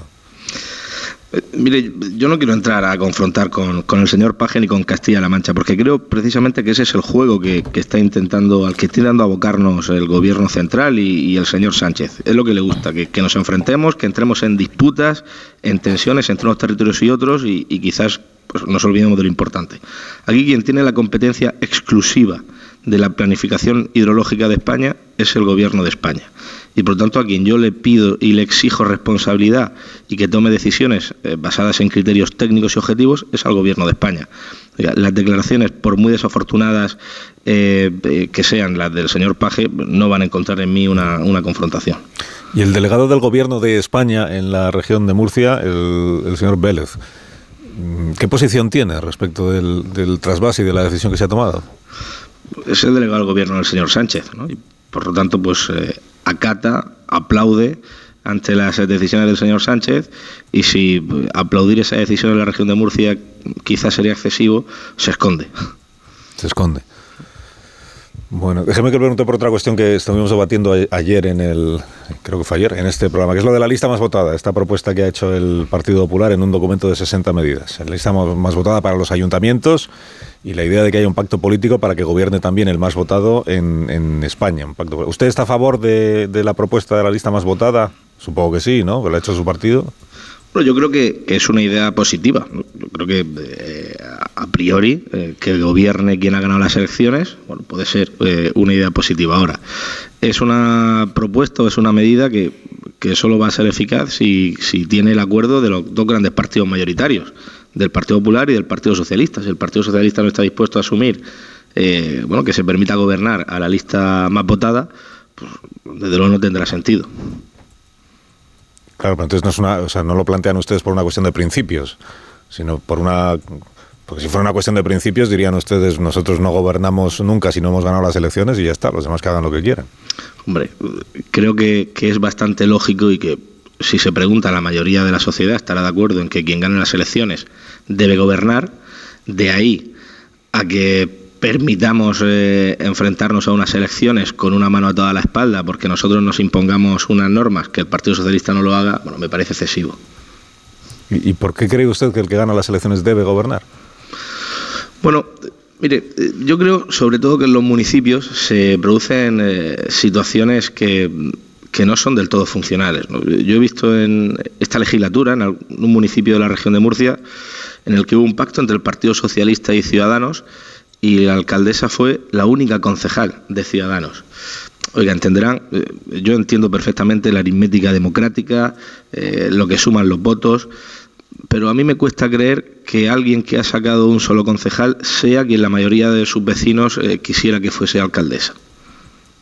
Mire, yo no quiero entrar a confrontar con el señor Page ni con Castilla-La Mancha, porque creo precisamente que ese es el juego que está intentando, al que está intentando abocarnos el gobierno central y el señor Sánchez. Es lo que le gusta, que nos enfrentemos, que entremos en disputas, en tensiones entre unos territorios y otros, y quizás pues, nos olvidemos de lo importante. Aquí quien tiene la competencia exclusiva de la planificación hidrológica de España es el gobierno de España. Y por lo tanto a quien yo le pido y le exijo responsabilidad y que tome decisiones basadas en criterios técnicos y objetivos es al gobierno de España. Oiga, las declaraciones, por muy desafortunadas que sean las del señor Page, no van a encontrar en mí una confrontación. Y el delegado del gobierno de España en la región de Murcia, el señor Vélez, ¿qué posición tiene respecto del trasvase y de la decisión que se ha tomado? Es el delegado del gobierno del señor Sánchez, ¿no? Y por lo tanto, pues acata, aplaude ante las decisiones del señor Sánchez, y si aplaudir esa decisión en la región de Murcia quizás sería excesivo, se esconde. Se esconde. Bueno, déjeme que le pregunte por otra cuestión que estuvimos debatiendo ayer creo que fue ayer, en este programa, que es lo de la lista más votada, esta propuesta que ha hecho el Partido Popular en un documento de 60 medidas. La lista más votada para los ayuntamientos y la idea de que haya un pacto político para que gobierne también el más votado en España. Un pacto. ¿Usted está a favor de la propuesta de la lista más votada? Supongo que sí, ¿no? Que lo ha hecho su partido. Bueno, yo creo que es una idea positiva. Yo creo que a priori que gobierne quien ha ganado las elecciones, bueno, puede ser una idea positiva. Ahora, es una propuesta o es una medida que solo va a ser eficaz si tiene el acuerdo de los dos grandes partidos mayoritarios, del Partido Popular y del Partido Socialista. Si el Partido Socialista no está dispuesto a asumir que se permita gobernar a la lista más votada, pues desde luego no tendrá sentido. Claro, pero entonces no lo plantean ustedes por una cuestión de principios, sino porque si fuera una cuestión de principios dirían ustedes, nosotros no gobernamos nunca si no hemos ganado las elecciones y ya está, los demás que hagan lo que quieran. Hombre, creo que es bastante lógico y que si se pregunta, la mayoría de la sociedad estará de acuerdo en que quien gane las elecciones debe gobernar. De ahí a que permitamos enfrentarnos a unas elecciones con una mano atada a la espalda porque nosotros nos impongamos unas normas, que el Partido Socialista no lo haga, bueno, me parece excesivo. ¿Y por qué cree usted que el que gana las elecciones debe gobernar? Bueno, mire, yo creo sobre todo que en los municipios se producen situaciones que no son del todo funcionales, ¿no? Yo he visto en esta legislatura, en un municipio de la región de Murcia, en el que hubo un pacto entre el Partido Socialista y Ciudadanos, y la alcaldesa fue la única concejal de Ciudadanos. Oiga, entenderán, yo entiendo perfectamente la aritmética democrática, lo que suman los votos, pero a mí me cuesta creer que alguien que ha sacado un solo concejal sea quien la mayoría de sus vecinos quisiera que fuese alcaldesa.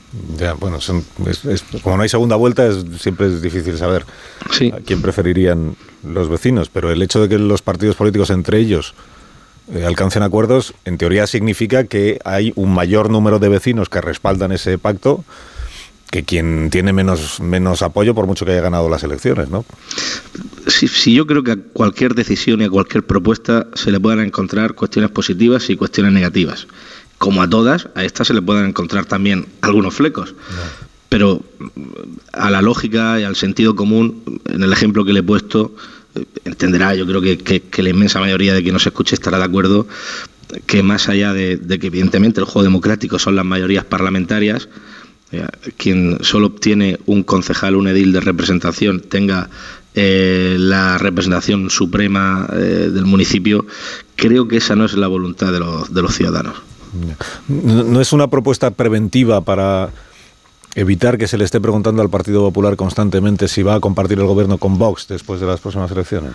Ya, bueno, como no hay segunda vuelta, siempre es difícil saber a quién preferirían los vecinos, pero el hecho de que los partidos políticos entre ellos alcancen acuerdos, en teoría significa que hay un mayor número de vecinos que respaldan ese pacto que quien tiene menos apoyo, por mucho que haya ganado las elecciones, ¿no? Sí, yo creo que a cualquier decisión y a cualquier propuesta se le puedan encontrar cuestiones positivas y cuestiones negativas. Como a todas, a estas se le pueden encontrar también algunos flecos. No. Pero a la lógica y al sentido común, en el ejemplo que le he puesto, entenderá, yo creo que la inmensa mayoría de quien nos escuche estará de acuerdo que más allá de que evidentemente el juego democrático son las mayorías parlamentarias, quien solo obtiene un concejal, un edil de representación, tenga la representación suprema del municipio, creo que esa no es la voluntad de los ciudadanos. ¿No es una propuesta preventiva para evitar que se le esté preguntando al Partido Popular constantemente si va a compartir el gobierno con Vox después de las próximas elecciones?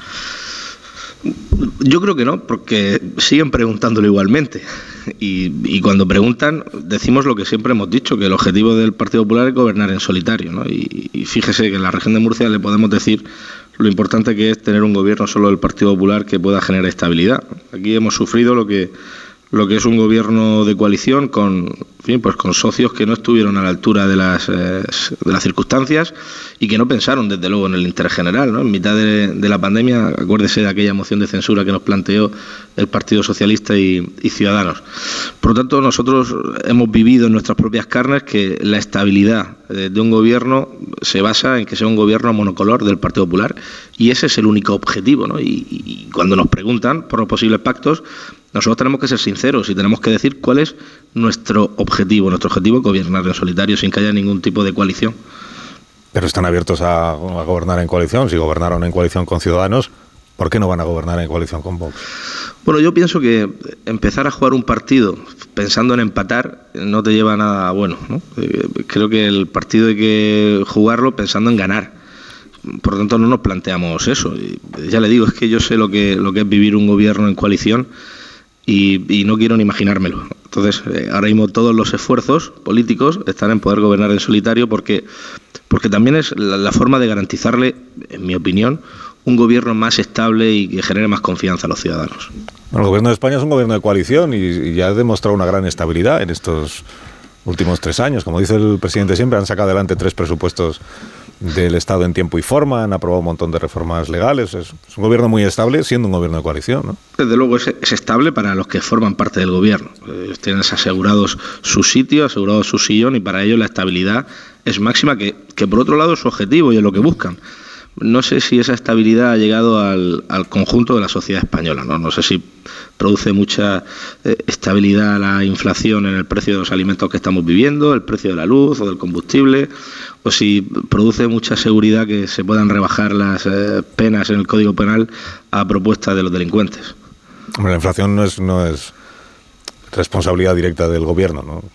Yo creo que no, porque siguen preguntándolo igualmente. Y cuando preguntan, decimos lo que siempre hemos dicho, que el objetivo del Partido Popular es gobernar en solitario, ¿no? Y fíjese que en la región de Murcia le podemos decir lo importante que es tener un gobierno solo del Partido Popular que pueda generar estabilidad. Aquí hemos sufrido lo que es un gobierno de coalición con socios que no estuvieron a la altura de las circunstancias y que no pensaron desde luego en el interés general, ¿no? En mitad de la pandemia, acuérdese de aquella moción de censura que nos planteó el Partido Socialista y Ciudadanos. Por lo tanto, nosotros hemos vivido en nuestras propias carnes que la estabilidad de un gobierno se basa en que sea un gobierno monocolor del Partido Popular, y ese es el único objetivo, ¿no? Y cuando nos preguntan por los posibles pactos, nosotros tenemos que ser sinceros y tenemos que decir cuál es nuestro objetivo. Nuestro objetivo es gobernar en solitario sin que haya ningún tipo de coalición. Pero están abiertos a gobernar en coalición. Si gobernaron en coalición con Ciudadanos, ¿por qué no van a gobernar en coalición con Vox? Bueno, yo pienso que empezar a jugar un partido pensando en empatar no te lleva a nada bueno, ¿no? Creo que el partido hay que jugarlo pensando en ganar. Por lo tanto, no nos planteamos eso. Y ya le digo, es que yo sé lo que es vivir un gobierno en coalición y no quiero ni imaginármelo. Entonces, ahora mismo todos los esfuerzos políticos están en poder gobernar en solitario porque también es la forma de garantizarle, en mi opinión, un gobierno más estable y que genere más confianza a los ciudadanos. Bueno, el gobierno de España es un gobierno de coalición y ya ha demostrado una gran estabilidad en estos últimos 3 años. Como dice el presidente siempre, han sacado adelante 3 presupuestos del Estado en tiempo y forma, han aprobado un montón de reformas legales. Es un gobierno muy estable, siendo un gobierno de coalición, ¿no? Desde luego es estable para los que forman parte del gobierno. Tienen asegurados su sitio, asegurado su sillón, y para ellos la estabilidad es máxima, que por otro lado es su objetivo y es lo que buscan. No sé si esa estabilidad ha llegado al conjunto de la sociedad española, ¿no? No sé si produce mucha estabilidad la inflación en el precio de los alimentos que estamos viviendo, el precio de la luz o del combustible, o si produce mucha seguridad que se puedan rebajar las penas en el Código Penal a propuesta de los delincuentes. Hombre, la inflación no es responsabilidad directa del gobierno, ¿no?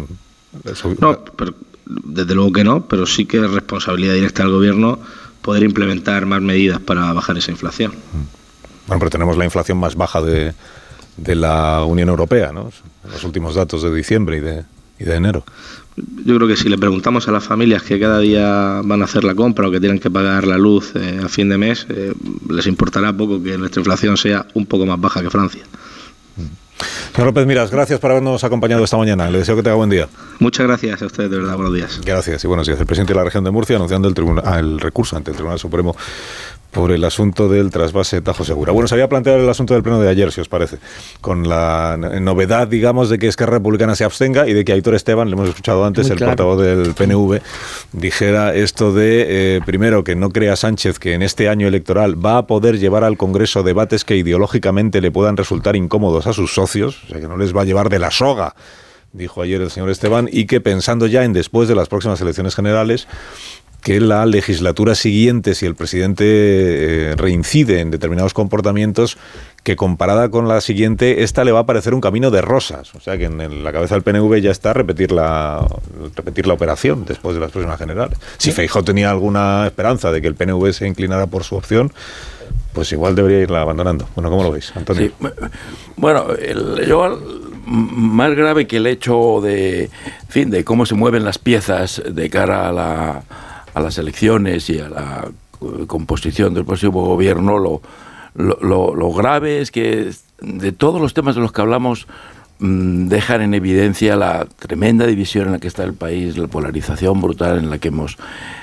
No, pero, desde luego que no, pero sí que es responsabilidad directa del gobierno poder implementar más medidas para bajar esa inflación. Bueno, pero tenemos la inflación más baja de la Unión Europea, ¿no? Los últimos datos de diciembre y de enero. Yo creo que si le preguntamos a las familias que cada día van a hacer la compra o que tienen que pagar la luz a fin de mes, les importará poco que nuestra inflación sea un poco más baja que Francia. Señor López Miras, gracias por habernos acompañado esta mañana. Le deseo que tenga buen día. Muchas gracias a ustedes, de verdad, buenos días. Gracias y buenos días. El presidente de la región de Murcia anunciando el recurso ante el Tribunal Supremo por el asunto del trasvase Tajo Segura. Bueno, se había planteado el asunto del pleno de ayer, si os parece, con la novedad, digamos, de que Esquerra Republicana se abstenga y de que Aitor Esteban, le hemos escuchado antes, el portavoz del PNV, dijera esto de, primero, que no crea Sánchez que en este año electoral va a poder llevar al Congreso debates que ideológicamente le puedan resultar incómodos a sus socios, o sea, que no les va a llevar de la soga, dijo ayer el señor Esteban, y que pensando ya en después de las próximas elecciones generales, que la legislatura siguiente, si el presidente reincide en determinados comportamientos, que comparada con la siguiente, esta le va a parecer un camino de rosas. O sea que en la cabeza del PNV ya está repetir la operación después de las próximas generales. Si Feijóo tenía alguna esperanza de que el PNV se inclinara por su opción, pues igual debería irla abandonando. Bueno, ¿cómo lo veis, Antonio? Sí. Bueno, yo más grave que el hecho de cómo se mueven las piezas de cara a las elecciones y a la composición del próximo gobierno, lo grave es que de todos los temas de los que hablamos dejan en evidencia la tremenda división en la que está el país, la polarización brutal en la que hemos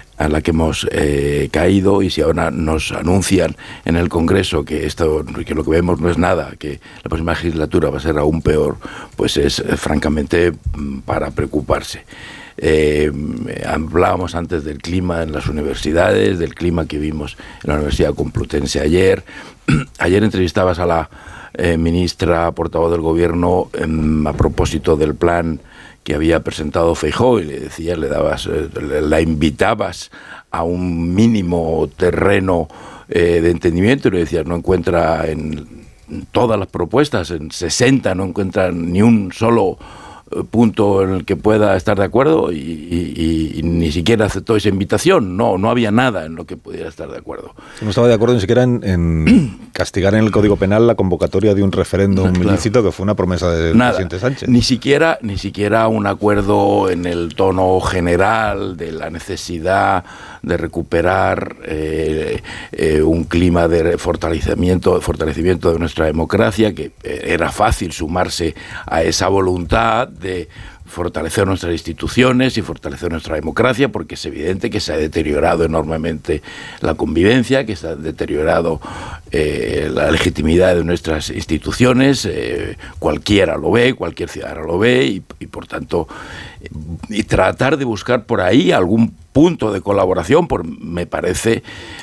caído, y si ahora nos anuncian en el Congreso que lo que vemos no es nada, que la próxima legislatura va a ser aún peor, pues es francamente para preocuparse. Hablábamos antes del clima en las universidades, del clima que vimos en la Universidad Complutense ayer. Ayer entrevistabas a la ministra portavoz del Gobierno a propósito del plan que había presentado Feijóo, y le decías, la invitabas a un mínimo terreno de entendimiento, y le decías, no encuentra en todas las propuestas, en 60 no encuentra ni un solo punto en el que pueda estar de acuerdo, y ni siquiera aceptó esa invitación. No había nada en lo que pudiera estar de acuerdo. No estaba de acuerdo ni siquiera en castigar en el Código Penal la convocatoria de un referéndum ilícito, que fue una promesa del presidente Sánchez. Ni siquiera un acuerdo en el tono general de la necesidad de recuperar un clima de fortalecimiento de nuestra democracia, que era fácil sumarse a esa voluntad de fortalecer nuestras instituciones y fortalecer nuestra democracia, porque es evidente que se ha deteriorado enormemente la convivencia, que se ha deteriorado la legitimidad de nuestras instituciones. Cualquiera lo ve, cualquier ciudadano lo ve, y por tanto, y tratar de buscar por ahí algún punto de colaboración me parece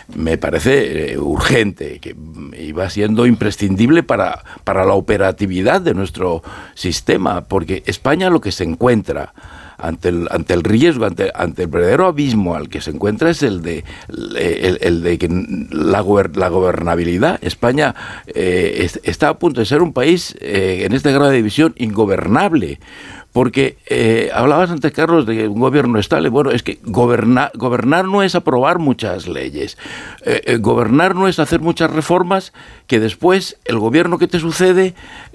urgente, que iba siendo imprescindible para la operatividad de nuestro sistema, porque España lo que se encuentra ante el riesgo, ante el verdadero abismo al que se encuentra, es el de que la gobernabilidad. España está a punto de ser un país en este grado de división ingobernable. Porque hablabas antes, Carlos, de un gobierno estable. Bueno, es que gobernar no es aprobar muchas leyes. Gobernar no es hacer muchas reformas que después el gobierno que te sucede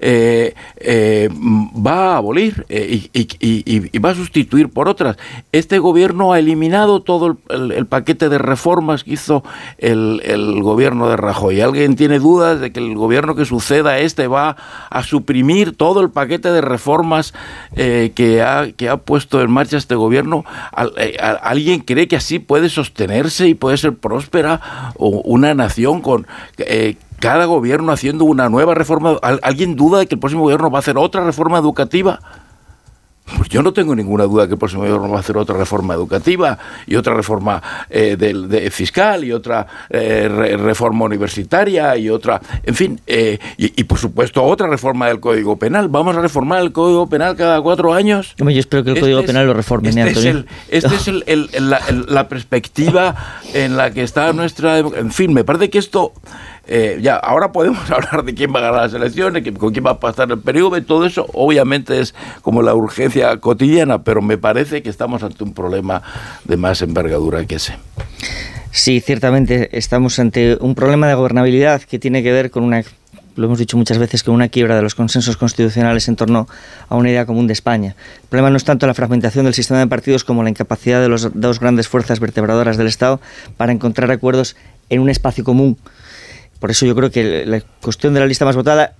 va a abolir y va a sustituir por otras. Este gobierno ha eliminado todo el paquete de reformas que hizo el gobierno de Rajoy. ¿Alguien tiene dudas de que el gobierno que suceda a este va a suprimir todo el paquete de reformas que ha puesto en marcha este gobierno? ¿Alguien cree que así puede sostenerse y puede ser próspera una nación con cada gobierno haciendo una nueva reforma? ¿Alguien duda de que el próximo gobierno va a hacer otra reforma educativa? Pues yo no tengo ninguna duda que el próximo gobierno va a hacer otra reforma educativa y otra reforma fiscal y otra reforma universitaria y otra, en fin, y por supuesto otra reforma del Código Penal. ¿Vamos a reformar el Código Penal cada 4 años? Yo espero que el Código Penal lo reformen. Esta es la perspectiva en la que está nuestra... En fin, me parece que esto... ya, ahora podemos hablar de quién va a ganar las elecciones, con quién va a pasar el periodo, y todo eso obviamente es como la urgencia cotidiana, pero me parece que estamos ante un problema de más envergadura que ese. Sí, ciertamente estamos ante un problema de gobernabilidad que tiene que ver con lo hemos dicho muchas veces, con una quiebra de los consensos constitucionales en torno a una idea común de España. El problema no es tanto la fragmentación del sistema de partidos como la incapacidad de las dos grandes fuerzas vertebradoras del Estado para encontrar acuerdos en un espacio común. Por eso yo creo que la cuestión de la lista más votada,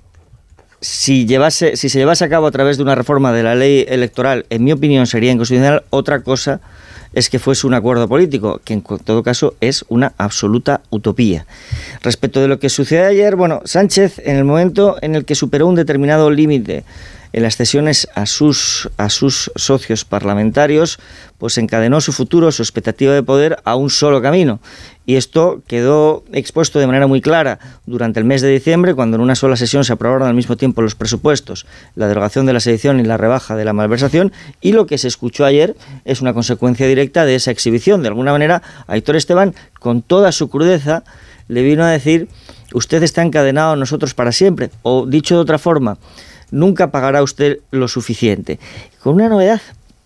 si se llevase a cabo a través de una reforma de la ley electoral, en mi opinión sería inconstitucional. Otra cosa es que fuese un acuerdo político, que en todo caso es una absoluta utopía. Respecto de lo que sucedió ayer, bueno, Sánchez, en el momento en el que superó un determinado límite en las cesiones a sus socios parlamentarios, pues encadenó su futuro, su expectativa de poder a un solo camino. Y esto quedó expuesto de manera muy clara durante el mes de diciembre, cuando en una sola sesión se aprobaron al mismo tiempo los presupuestos, la derogación de la sedición y la rebaja de la malversación, y lo que se escuchó ayer es una consecuencia directa de esa exhibición. De alguna manera, Aitor Esteban, con toda su crudeza, le vino a decir: usted está encadenado a nosotros para siempre, o dicho de otra forma, nunca pagará usted lo suficiente. Con una novedad,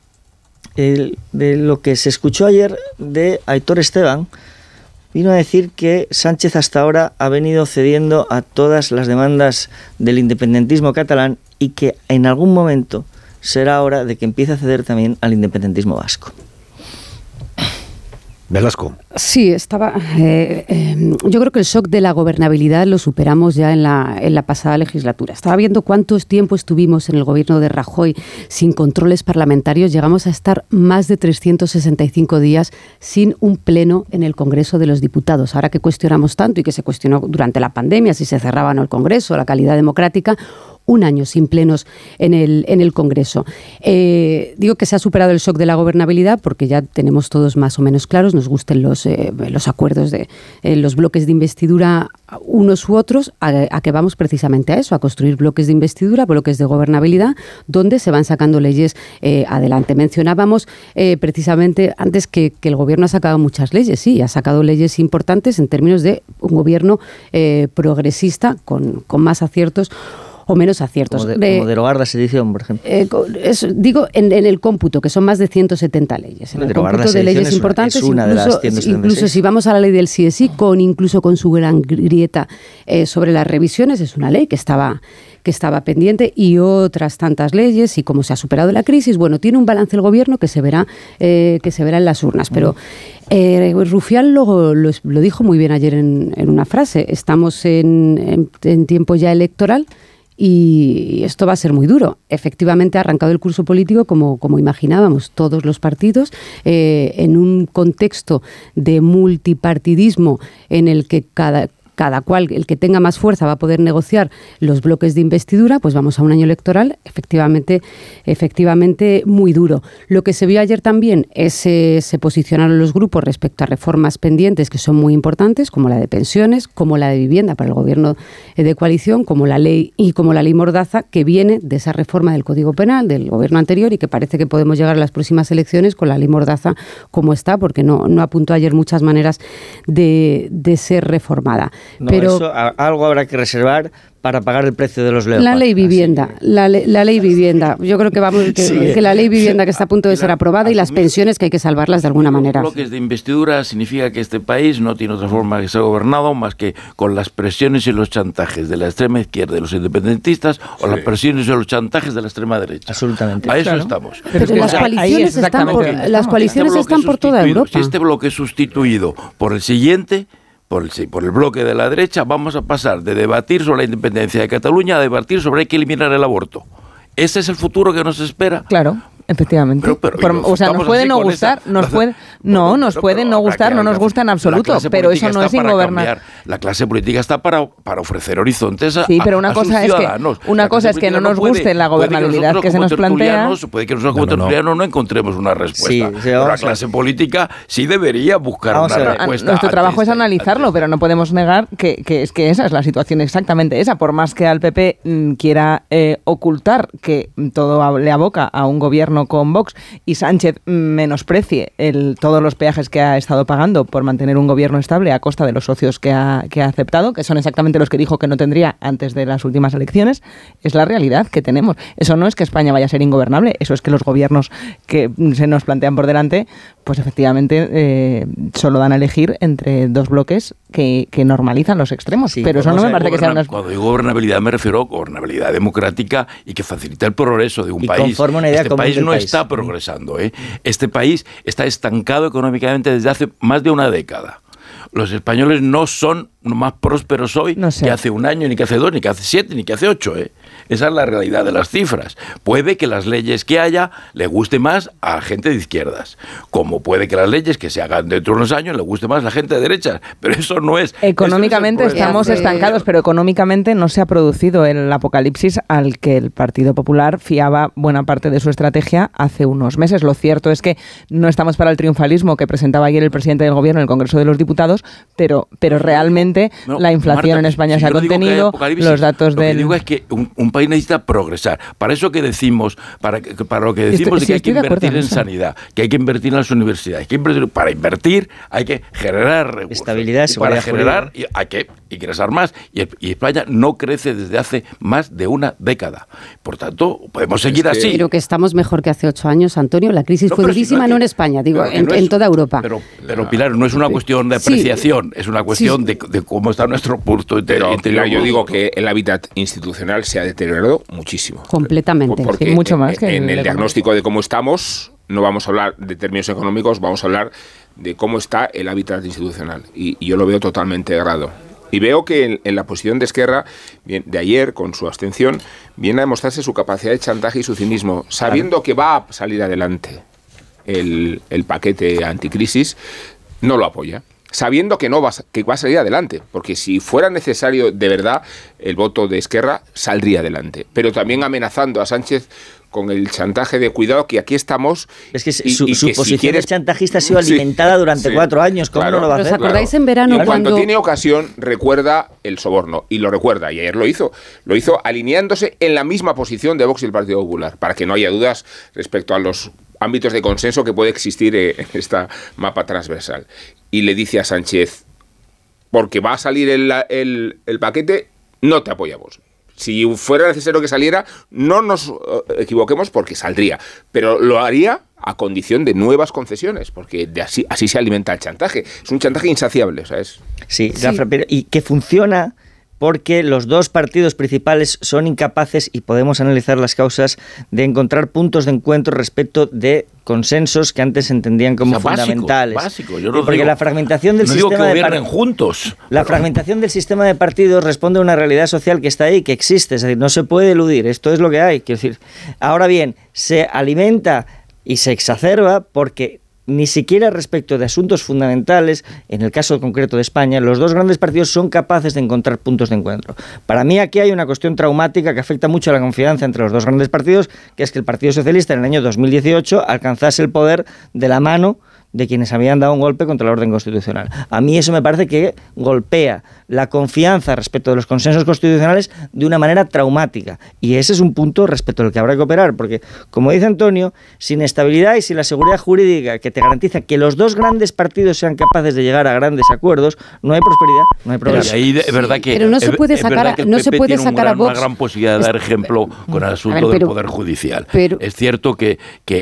de lo que se escuchó ayer de Aitor Esteban, vino a decir que Sánchez hasta ahora ha venido cediendo a todas las demandas del independentismo catalán y que en algún momento será hora de que empiece a ceder también al independentismo vasco. Velasco. Sí, yo creo que el shock de la gobernabilidad lo superamos ya en la pasada legislatura. Estaba viendo cuántos tiempo estuvimos en el gobierno de Rajoy sin controles parlamentarios. Llegamos a estar más de 365 días sin un pleno en el Congreso de los Diputados. Ahora que cuestionamos tanto y que se cuestionó durante la pandemia si se cerraba o no el Congreso, la calidad democrática, un año sin plenos en el Congreso. Digo que se ha superado el shock de la gobernabilidad porque ya tenemos todos más o menos claros, nos gusten los acuerdos de los bloques de investidura unos u otros, a que vamos precisamente a eso, a construir bloques de investidura, bloques de gobernabilidad, donde se van sacando leyes adelante. Mencionábamos precisamente antes que el gobierno ha sacado muchas leyes, sí, ha sacado leyes importantes en términos de un gobierno progresista con más aciertos o menos aciertos. Como derogar la sedición, por ejemplo. Digo, en el cómputo, que son más de 170 leyes. En el cómputo de leyes importantes, es una de las 176. Incluso si vamos a la ley del sí es sí, incluso con su gran grieta sobre las revisiones, es una ley que estaba pendiente, y otras tantas leyes, y cómo se ha superado la crisis. Bueno, tiene un balance el gobierno que se verá en las urnas. Pero Rufián lo dijo muy bien ayer en una frase. Estamos en tiempo ya electoral y esto va a ser muy duro. Efectivamente ha arrancado el curso político como imaginábamos todos los partidos, en un contexto de multipartidismo en el que cada cual, el que tenga más fuerza, va a poder negociar los bloques de investidura. Pues vamos a un año electoral efectivamente muy duro. Lo que se vio ayer también es se posicionaron los grupos respecto a reformas pendientes que son muy importantes, como la de pensiones, como la de vivienda para el gobierno de coalición, como la ley Mordaza, que viene de esa reforma del Código Penal del gobierno anterior y que parece que podemos llegar a las próximas elecciones con la ley Mordaza como está, porque no apuntó ayer muchas maneras de ser reformada. No, pero algo habrá que reservar para pagar el precio de los leopardos. La ley vivienda, la ley vivienda. Yo creo que la ley vivienda que está a punto de ser aprobada, y las pensiones que hay que salvarlas de alguna manera. Los bloques de investidura significa que este país no tiene otra forma de ser gobernado más que con las presiones y los chantajes de la extrema izquierda, de los independentistas, o las presiones y los chantajes de la extrema derecha. Absolutamente. A eso estamos. Pero las coaliciones están por toda Europa. Si este bloque es sustituido por el siguiente, por el bloque de la derecha, vamos a pasar de debatir sobre la independencia de Cataluña a debatir sobre hay que eliminar el aborto. ¿Ese es el futuro que nos espera? Claro. Efectivamente. O sea, nos puede no gustar, nos puede no gustar, no nos gusta en absoluto, pero eso no es ingobernable. La clase política está para ofrecer horizontes a Sí, pero una cosa es que no nos guste la gobernabilidad que se nos plantea. Puede que nosotros como tertulianos no encontremos una respuesta. Pero la clase política sí debería buscar una respuesta. Nuestro trabajo es analizarlo, pero no podemos negar que esa es la situación exactamente esa. Por más que al PP quiera ocultar que todo le aboca a un gobierno con Vox y Sánchez menosprecie todos los peajes que ha estado pagando por mantener un gobierno estable a costa de los socios que ha aceptado, que son exactamente los que dijo que no tendría antes de las últimas elecciones, es la realidad que tenemos. Eso no es que España vaya a ser ingobernable, eso es que los gobiernos que se nos plantean por delante, pues efectivamente solo dan a elegir entre dos bloques que normalizan los extremos. Sí, pero eso no me parece que sea una... Cuando digo gobernabilidad me refiero a gobernabilidad democrática y que facilita el progreso de un país. Este país no está progresando. Este país está estancado económicamente desde hace más de una década. Los españoles no son más prósperos hoy que hace un año, ni que hace 2, ni que hace 7, ni que hace 8. Esa es la realidad de las cifras. Puede que las leyes que haya le guste más a gente de izquierdas, como puede que las leyes que se hagan dentro de unos años le guste más a la gente de derechas, pero eso no es... Económicamente estamos estancados, pero económicamente no se ha producido el apocalipsis al que el Partido Popular fiaba buena parte de su estrategia hace unos meses. Lo cierto es que no estamos para el triunfalismo que presentaba ayer el presidente del Gobierno en el Congreso de los Diputados, pero realmente la inflación en España se ha contenido, los datos del... Lo que digo es que un país necesita progresar. Para eso que decimos, para lo que decimos de que hay que invertir en sanidad, que hay que invertir en las universidades, para invertir hay que generar recursos. Estabilidad, para generar hay que ingresar más. Y España no crece desde hace más de una década. Por tanto, podemos seguir así. Pero que estamos mejor que hace 8 años, Antonio. La crisis fue durísima, no en España, digo, en toda Europa. Pero Pilar, no es una cuestión de apreciación apreciación, es una cuestión de cómo está nuestro punto interior. Yo digo que el hábitat institucional se ha deteriorado muchísimo. Completamente. Porque mucho más que en el diagnóstico de cómo estamos, no vamos a hablar de términos económicos, vamos a hablar de cómo está el hábitat institucional. Y yo lo veo totalmente degradado. Y veo que en la posición de Esquerra, de ayer, con su abstención, viene a demostrarse su capacidad de chantaje y su cinismo, sabiendo que va a salir adelante el paquete anticrisis, no lo apoya. Sabiendo que va a salir adelante, porque si fuera necesario de verdad, el voto de Esquerra saldría adelante. Pero también amenazando a Sánchez con el chantaje de cuidado, que aquí estamos. Es que su posición de chantajista ha sido alimentada durante 4 años. ¿Cómo no lo va a hacer? ¿Os acordáis en verano cuando tiene ocasión recuerda el soborno? Y lo recuerda, y ayer lo hizo. Lo hizo alineándose en la misma posición de Vox y el Partido Popular, para que no haya dudas respecto a los ámbitos de consenso que puede existir en esta mapa transversal. Y le dice a Sánchez, porque va a salir el paquete, no te apoyamos. Si fuera necesario que saliera, no nos equivoquemos, porque saldría. Pero lo haría a condición de nuevas concesiones, porque así se alimenta el chantaje. Es un chantaje insaciable, ¿sabes? Sí. Rafa, y que funciona porque los dos partidos principales son incapaces, y podemos analizar las causas, de encontrar puntos de encuentro respecto de consensos que antes se entendían como fundamentales. Básico. Yo no porque digo, la fragmentación del sistema juntos. La fragmentación del sistema de partidos responde a una realidad social que está ahí, que existe, es decir, no se puede eludir, esto es lo que hay. Quiero decir, ahora bien, se alimenta y se exacerba porque ni siquiera respecto de asuntos fundamentales, en el caso concreto de España, los dos grandes partidos son capaces de encontrar puntos de encuentro. Para mí aquí hay una cuestión traumática que afecta mucho a la confianza entre los dos grandes partidos, que es que el Partido Socialista en el año 2018 alcanzase el poder de la mano de quienes habían dado un golpe contra la orden constitucional. A mí eso me parece que golpea la confianza respecto de los consensos constitucionales de una manera traumática. Y ese es un punto respecto al que habrá que operar, porque, como dice Antonio, sin estabilidad y sin la seguridad jurídica que te garantiza que los dos grandes partidos sean capaces de llegar a grandes acuerdos, no hay prosperidad, no hay progreso. Ahí es verdad que, pero no se puede sacar a Vox. Una gran posibilidad de dar ejemplo con el asunto del Poder Judicial. Es cierto que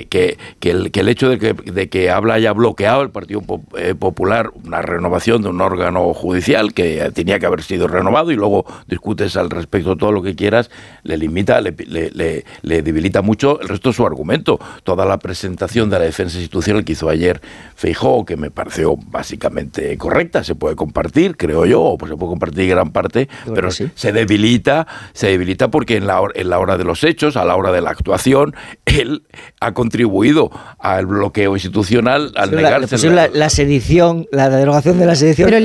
el hecho de que habla ya bloqueado el Partido Popular una renovación de un órgano judicial que tenía que haber sido renovado, y luego discutes al respecto todo lo que quieras, le limita, le debilita mucho el resto de su argumento. Toda la presentación de la defensa institucional que hizo ayer Feijóo, que me pareció básicamente correcta, se puede compartir, creo yo, o pues se puede compartir gran parte, pero sí. se debilita porque en la hora de los hechos, a la hora de la actuación, él ha contribuido al bloqueo institucional, al negarse la sedición, la derogación de la sedición. Pero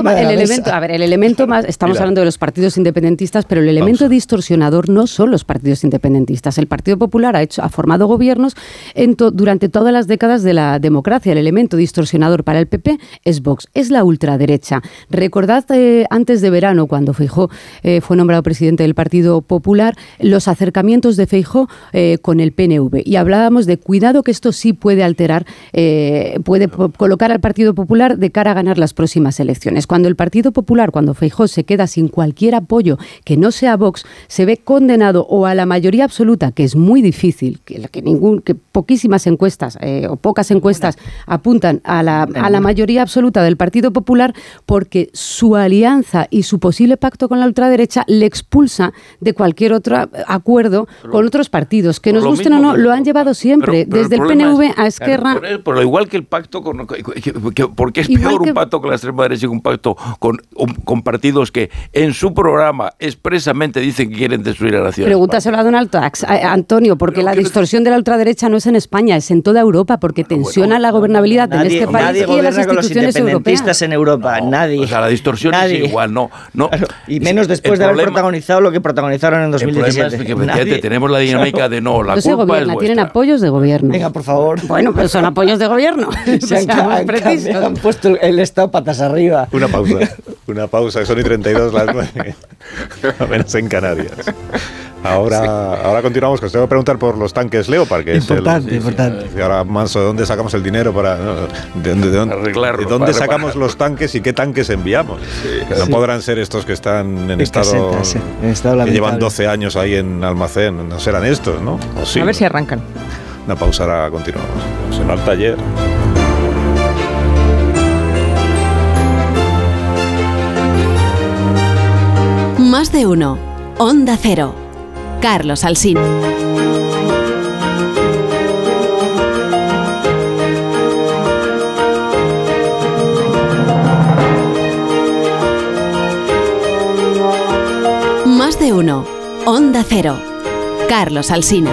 el elemento más, estamos hablando de los partidos independentistas, pero el elemento distorsionador no son los partidos independentistas. El Partido Popular ha formado gobiernos durante todas las décadas de la democracia. El elemento distorsionador para el PP es Vox, es la ultraderecha. Recordad antes de verano, cuando Feijóo fue nombrado presidente del Partido Popular, los acercamientos de Feijóo con el PNV, y hablábamos de cuidado que esto sí puede alterar, puede colocar al Partido Popular de cara a ganar las próximas elecciones. Cuando el Partido Popular, cuando Feijóo se queda sin cualquier apoyo que no sea Vox, se ve condenado o a la mayoría absoluta, que es muy difícil, que poquísimas encuestas o pocas encuestas apuntan a la mayoría absoluta del Partido Popular, porque su alianza y su posible pacto con la ultraderecha le expulsa de cualquier otro acuerdo con otros partidos, que nos gusten o no, lo han llevado siempre, desde el PNV a Esquerra. Pero igual que el pacto porque es peor un pacto con la extrema derecha que un pacto con partidos que en su programa expresamente dicen que quieren destruir a la nación. Pregúntaselo a Donald Trump, Antonio, porque la distorsión de la ultraderecha no es en España, es en toda Europa, porque tensiona la gobernabilidad en este país y en las instituciones europeas. En Europa, nadie. O sea, la distorsión es igual, no. Claro, y menos después de haber protagonizado lo que protagonizaron en 2017. El problema es que tenemos la dinámica de no, la culpa es vuestra. Tienen apoyos de gobierno. Venga, por favor. Bueno, pero son apoyos de gobierno. Han puesto el Estado patas arriba. Una pausa, que son y 32 las 9, apenas en Canarias. Ahora continuamos, que os tengo que preguntar por los tanques Leopard, que importante. Y ahora, Manso, ¿de dónde sacamos el dinero para arreglarlo? ¿De dónde sacamos los tanques y qué tanques enviamos? No podrán ser estos que están en estado que llevan 12 años ahí en almacén, no serán estos, ¿no? A ver si arrancan. Una pausa, ahora continuamos. En el taller. Más de uno. Onda Cero. Carlos Alsina. Más de uno. Onda Cero. Carlos Alsina.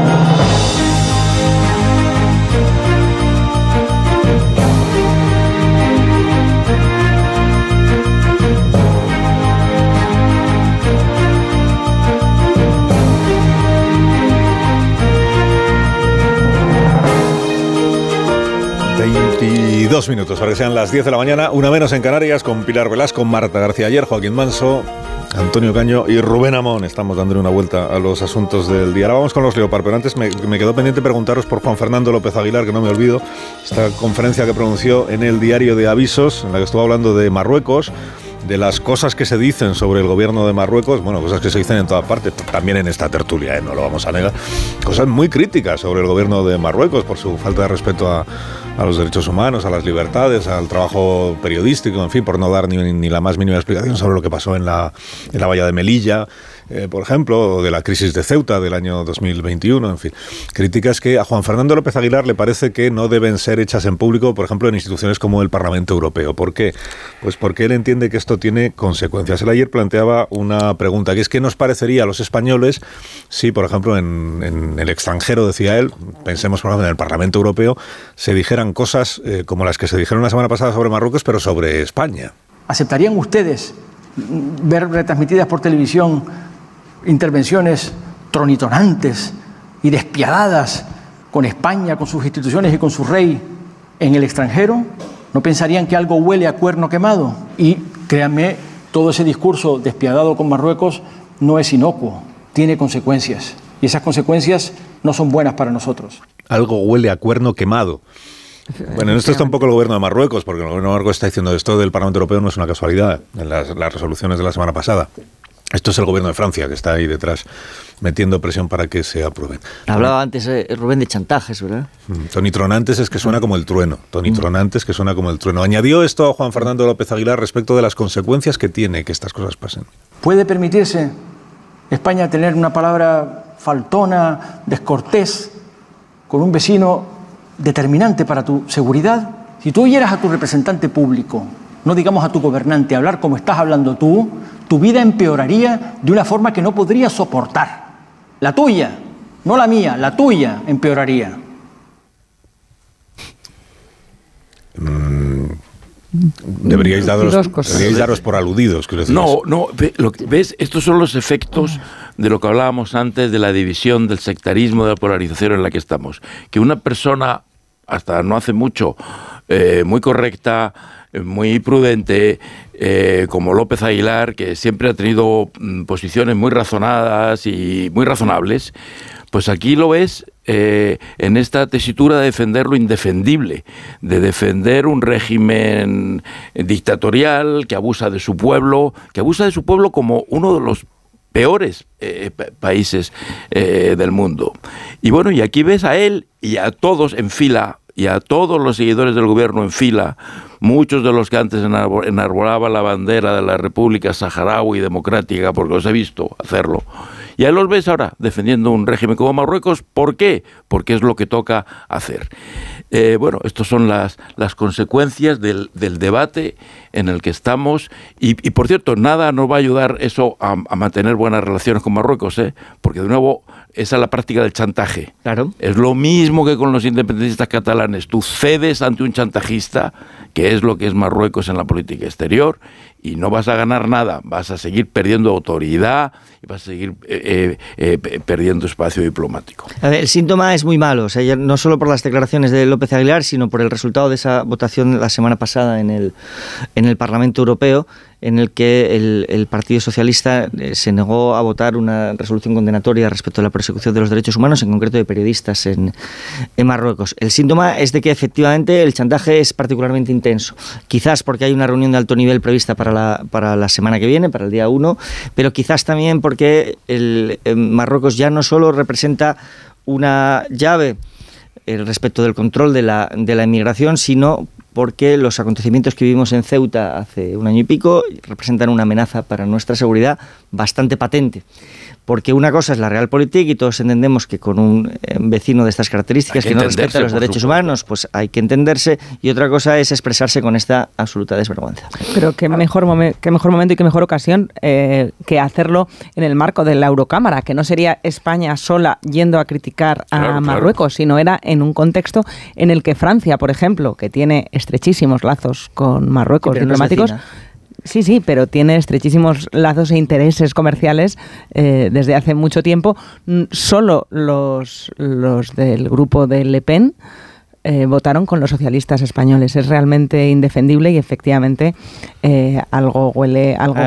Dos minutos para que sean las 10 de la mañana, una menos en Canarias, con Pilar Velasco, Marta García Ayer, Joaquín Manso, Antonio Caño y Rubén Amón. Estamos dándole una vuelta a los asuntos del día. Ahora vamos con los Leopard, pero antes me quedó pendiente preguntaros por Juan Fernando López Aguilar, que no me olvido, esta conferencia que pronunció en el diario de Avisos, en la que estuvo hablando de Marruecos, de las cosas que se dicen sobre el gobierno de Marruecos, bueno, cosas que se dicen en todas partes, también en esta tertulia, no lo vamos a negar, cosas muy críticas sobre el gobierno de Marruecos por su falta de respeto a los derechos humanos, a las libertades, al trabajo periodístico, en fin, por no dar ni la más mínima explicación sobre lo que pasó en la valla de Melilla, por ejemplo, o de la crisis de Ceuta del año 2021, en fin. Críticas que a Juan Fernando López Aguilar le parece que no deben ser hechas en público, por ejemplo, en instituciones como el Parlamento Europeo. ¿Por qué? Pues porque él entiende que esto tiene consecuencias. Él ayer planteaba una pregunta, que es ¿qué nos parecería a los españoles si, por ejemplo, en el extranjero, decía él, pensemos por ejemplo en el Parlamento Europeo, se dijeran cosas como las que se dijeron la semana pasada sobre Marruecos, pero sobre España? ¿Aceptarían ustedes ver retransmitidas por televisión intervenciones tronitonantes y despiadadas con España, con sus instituciones y con su rey en el extranjero? ¿No pensarían que algo huele a cuerno quemado? Y créanme, todo ese discurso despiadado con Marruecos no es inocuo, tiene consecuencias. Y esas consecuencias no son buenas para nosotros. Algo huele a cuerno quemado. Bueno, en esto está un poco el gobierno de Marruecos, porque el gobierno de Marruecos está diciendo esto del Parlamento Europeo no es una casualidad, en las resoluciones de la semana pasada. Esto es el gobierno de Francia, que está ahí detrás metiendo presión para que se aprueben. Hablaba antes Rubén de chantajes, ¿verdad? Tonitronantes es que suena como el trueno. Tonitronantes que suena como el trueno. Añadió esto a Juan Fernando López Aguilar respecto de las consecuencias que tiene que estas cosas pasen. ¿Puede permitirse España tener una palabra faltona, descortés, con un vecino determinante para tu seguridad? Si tú oyeras a tu representante público, no digamos a tu gobernante, hablar como estás hablando tú, tu vida empeoraría de una forma que no podrías soportar. La tuya, no la mía, la tuya empeoraría. Deberíais daros por aludidos. No, ¿ves? Estos son los efectos de lo que hablábamos antes de la división, del sectarismo, de la polarización en la que estamos. Que una persona, hasta no hace mucho, muy correcta, muy prudente, como López Aguilar, que siempre ha tenido posiciones muy razonadas y muy razonables, pues aquí lo ves en esta tesitura de defender lo indefendible, de defender un régimen dictatorial que abusa de su pueblo como uno de los peores países del mundo. Y bueno, y aquí ves a él y a todos en fila, y a todos los seguidores del gobierno en fila, muchos de los que antes enarbolaban la bandera de la República Saharaui Democrática, porque los he visto hacerlo, y ahí los ves ahora defendiendo un régimen como Marruecos. ¿Por qué? Porque es lo que toca hacer. Bueno, estas son las consecuencias del debate en el que estamos, y por cierto, nada nos va a ayudar eso a mantener buenas relaciones con Marruecos, porque de nuevo, esa es la práctica del chantaje. Claro. Es lo mismo que con los independentistas catalanes. Tú cedes ante un chantajista, que es lo que es Marruecos en la política exterior, y no vas a ganar nada. Vas a seguir perdiendo autoridad y vas a seguir perdiendo espacio diplomático. A ver, el síntoma es muy malo. O sea, no solo por las declaraciones de López Aguilar, sino por el resultado de esa votación la semana pasada en el Parlamento Europeo, en el que el Partido Socialista se negó a votar una resolución condenatoria respecto a la persecución de los derechos humanos, en concreto de periodistas en Marruecos. El síntoma es de que efectivamente el chantaje es particularmente intenso. Quizás porque hay una reunión de alto nivel prevista para la semana que viene, para el día 1, pero quizás también porque Marruecos ya no solo representa una llave respecto del control de la inmigración, sino porque los acontecimientos que vivimos en Ceuta hace un año y pico representan una amenaza para nuestra seguridad bastante patente. Porque una cosa es la realpolitik y todos entendemos que con un vecino de estas características que no respeta los derechos humanos, pues hay que entenderse, y otra cosa es expresarse con esta absoluta desvergüenza. Pero qué mejor momento y qué mejor ocasión que hacerlo en el marco de la Eurocámara, que no sería España sola yendo a criticar a Marruecos, sino era en un contexto en el que Francia, por ejemplo, que tiene estrechísimos lazos con Marruecos diplomáticos, sí, pero tiene estrechísimos lazos e intereses comerciales desde hace mucho tiempo. Solo los del grupo de Le Pen votaron con los socialistas españoles. Es realmente indefendible y efectivamente algo huele a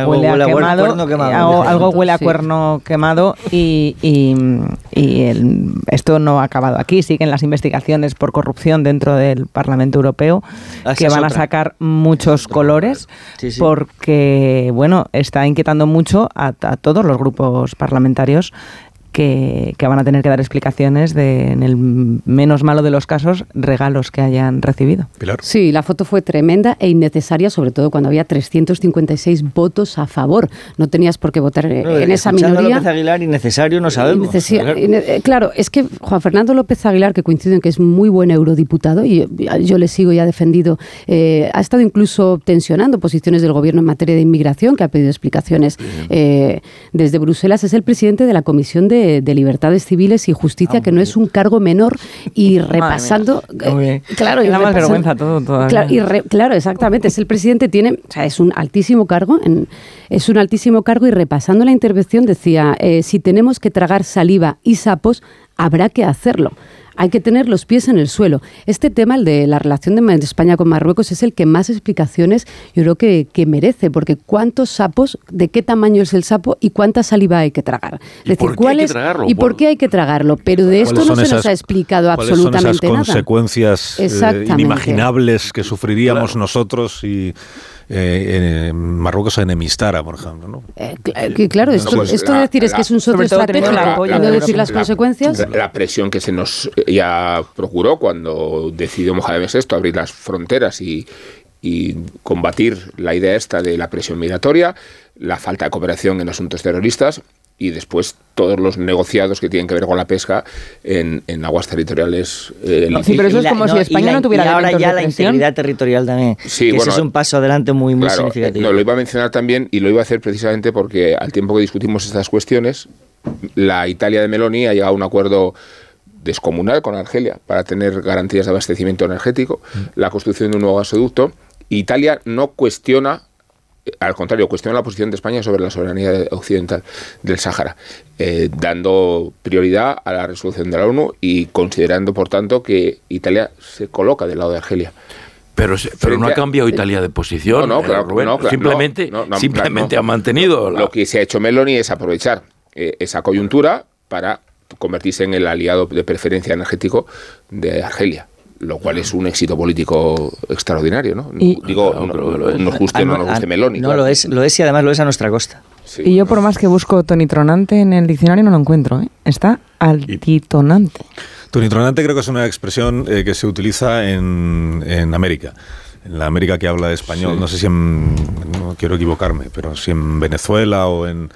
cuerno quemado y esto no ha acabado aquí. Siguen las investigaciones por corrupción dentro del Parlamento Europeo que van a sacar muchos colores porque está inquietando mucho a todos los grupos parlamentarios que van a tener que dar explicaciones de, en el menos malo de los casos, regalos que hayan recibido. Pilar. Sí, la foto fue tremenda e innecesaria, sobre todo cuando había 356 votos a favor. No tenías por qué votar en esa minoría. López Aguilar, innecesario, no sabemos. Claro, es que Juan Fernando López Aguilar, que coincido en que es muy buen eurodiputado, y yo le sigo y ha defendido, ha estado incluso tensionando posiciones del gobierno en materia de inmigración, que ha pedido explicaciones desde Bruselas. Es el presidente de la Comisión de Libertades Civiles y Justicia, que no es un cargo menor, y repasando... claro, y da más vergüenza todo. Claro, exactamente. Es el presidente, es un altísimo cargo, y repasando la intervención decía, si tenemos que tragar saliva y sapos, habrá que hacerlo. Hay que tener los pies en el suelo. Este tema, el de la relación de España con Marruecos, es el que más explicaciones yo creo que merece, porque ¿cuántos sapos, de qué tamaño es el sapo y cuánta saliva hay que tragar? Es decir, ¿y por qué hay que tragarlo? Pero de esto no se nos ha explicado absolutamente nada. ¿Cuáles son esas consecuencias inimaginables que sufriríamos nosotros si Marruecos se enemistara, por ejemplo, ¿no? Claro, esto de decir es que es un socio estratégico y no decir las consecuencias. La presión que se nos ya procuró cuando decidió Mohamed VI abrir las fronteras y combatir la idea esta de la presión migratoria, la falta de cooperación en asuntos terroristas y después todos los negociados que tienen que ver con la pesca en aguas territoriales. Sí, pero eso es como si España no tuviera elementos de presión. Y ahora ya la integridad territorial también. Sí, ese es un paso adelante muy significativo. No, lo iba a mencionar también y lo iba a hacer precisamente porque al tiempo que discutimos estas cuestiones, la Italia de Meloni ha llegado a un acuerdo descomunal con Argelia para tener garantías de abastecimiento energético, la construcción de un nuevo gasoducto. Italia no cuestiona, al contrario, cuestiona la posición de España sobre la soberanía occidental del Sáhara, dando prioridad a la resolución de la ONU y considerando, por tanto, que Italia se coloca del lado de Argelia. Pero no ha cambiado Italia de posición. Simplemente ha mantenido. Lo que se ha hecho Meloni es aprovechar esa coyuntura para convertirse en el aliado de preferencia energético de Argelia, lo cual es un éxito político extraordinario, ¿no? Nos guste o no nos guste Meloni. No, claro. lo es y además lo es a nuestra costa. Sí, y yo por más que busco tonitronante en el diccionario no lo encuentro, ¿eh? Está altitonante. Tonitronante creo que es una expresión que se utiliza en América. En la América que habla español, no sé si no quiero equivocarme, pero si en Venezuela o en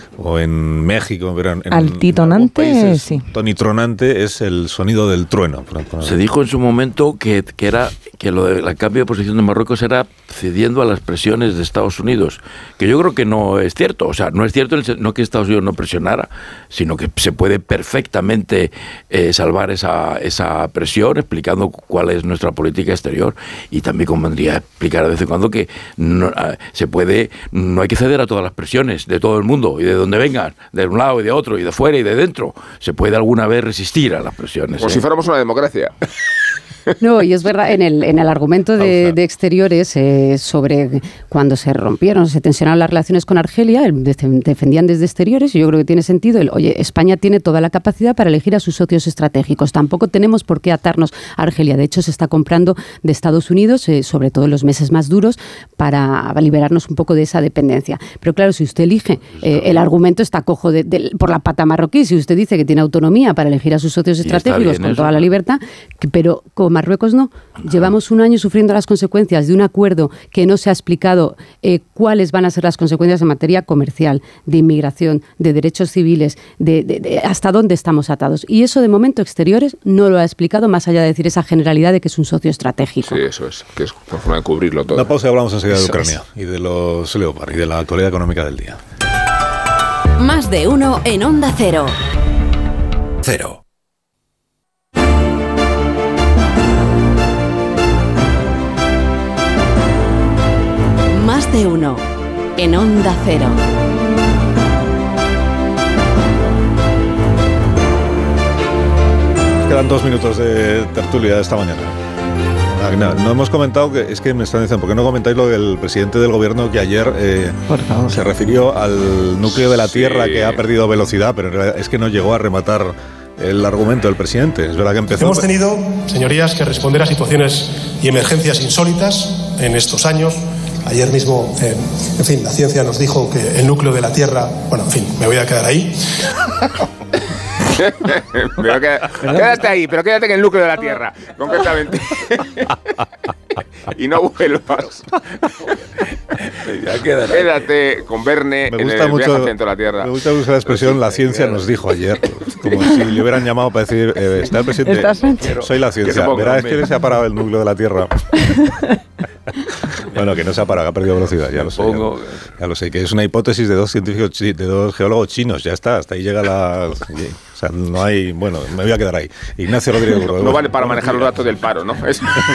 México, pero altitonante, sí. Tonitronante es el sonido del trueno. Se dijo en su momento que lo del cambio de posición de Marruecos era cediendo a las presiones de Estados Unidos, que yo creo que no es cierto. O sea, no es cierto no que Estados Unidos no presionara, sino que se puede perfectamente salvar esa presión explicando cuál es nuestra política exterior, y también convendría explicar de vez en cuando que no hay que ceder a todas las presiones de todo el mundo y de donde vengan, de un lado y de otro, y de fuera y de dentro. Se puede alguna vez resistir a las presiones. Como si fuéramos una democracia. No, y es verdad, en el argumento de Exteriores sobre cuando se tensionaron las relaciones con Argelia, defendían desde Exteriores, y yo creo que tiene sentido España tiene toda la capacidad para elegir a sus socios estratégicos. Tampoco tenemos por qué atarnos a Argelia. De hecho, se está comprando de Estados Unidos, sobre todo en los meses más duros, para liberarnos un poco de esa dependencia. Pero claro, si usted elige, el argumento está cojo por la pata marroquí. Si usted dice que tiene autonomía para elegir a sus socios estratégicos con toda la libertad, pero con Marruecos no. Llevamos un año sufriendo las consecuencias de un acuerdo que no se ha explicado cuáles van a ser las consecuencias en materia comercial, de inmigración, de derechos civiles, de hasta dónde estamos atados. Y eso, de momento, Exteriores no lo ha explicado, más allá de decir esa generalidad de que es un socio estratégico. Sí, eso es, que es por forma de cubrirlo todo. Una pausa y hablamos enseguida de Ucrania y de los Leopard y de la actualidad económica del día. Más de uno en Onda Cero. Cero. Más de uno en Onda Cero. Quedan 2 minutos de tertulia esta mañana. No hemos comentado, es que me están diciendo, ¿por qué no comentáis lo del presidente del gobierno que ayer se refirió al núcleo de la Tierra que ha perdido velocidad, pero en realidad es que no llegó a rematar el argumento del presidente? Es verdad que empezó... Hemos tenido, señorías, que responder a situaciones y emergencias insólitas en estos años. Ayer mismo, en fin, la ciencia nos dijo que el núcleo de la Tierra... Bueno, en fin, me voy a quedar ahí. Quédate ahí, pero quédate en el núcleo de la Tierra, concretamente. Y no vuelvas. Quédate con Verne en el viaje al centro de la Tierra. Me gusta usar la expresión la ciencia nos dijo ayer, como si le hubieran llamado para decir, está el presidente, soy la ciencia, verá, es que se ha parado el núcleo de la Tierra. Bueno, que no se ha parado, ha perdido velocidad, ya lo sé, que es una hipótesis de 2 científicos, de 2 geólogos chinos, ya está, hasta ahí llega la... O sea, no hay... Bueno, me voy a quedar ahí. Ignacio Rodríguez Burgos. No vale para manejar los datos del paro, ¿no?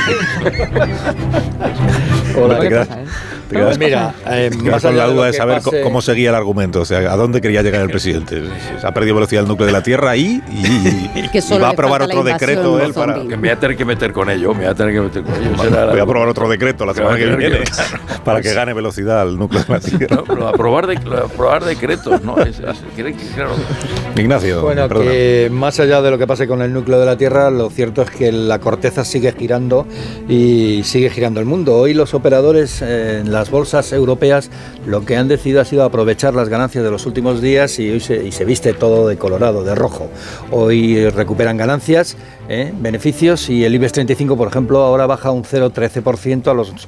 Hola, ¿te quedas? Mira, más allá la duda de saber cómo seguía el argumento, o sea, a dónde quería llegar el presidente. Se ha perdido velocidad el núcleo de la Tierra y va a aprobar otro decreto él para... Que me voy a tener que meter con ello, Voy a aprobar otro decreto la semana que viene para que gane velocidad al núcleo de la Tierra. No, pero aprobar decretos, ¿no? Claro. Ignacio, bueno, perdona. Que más allá de lo que pase con el núcleo de la Tierra, lo cierto es que la corteza sigue girando y sigue girando el mundo. Hoy los operadores en las bolsas europeas lo que han decidido ha sido aprovechar las ganancias de los últimos días y hoy se viste todo de colorado, de rojo. Hoy recuperan ganancias, beneficios, y el IBEX 35, por ejemplo, ahora baja un 0,13% a los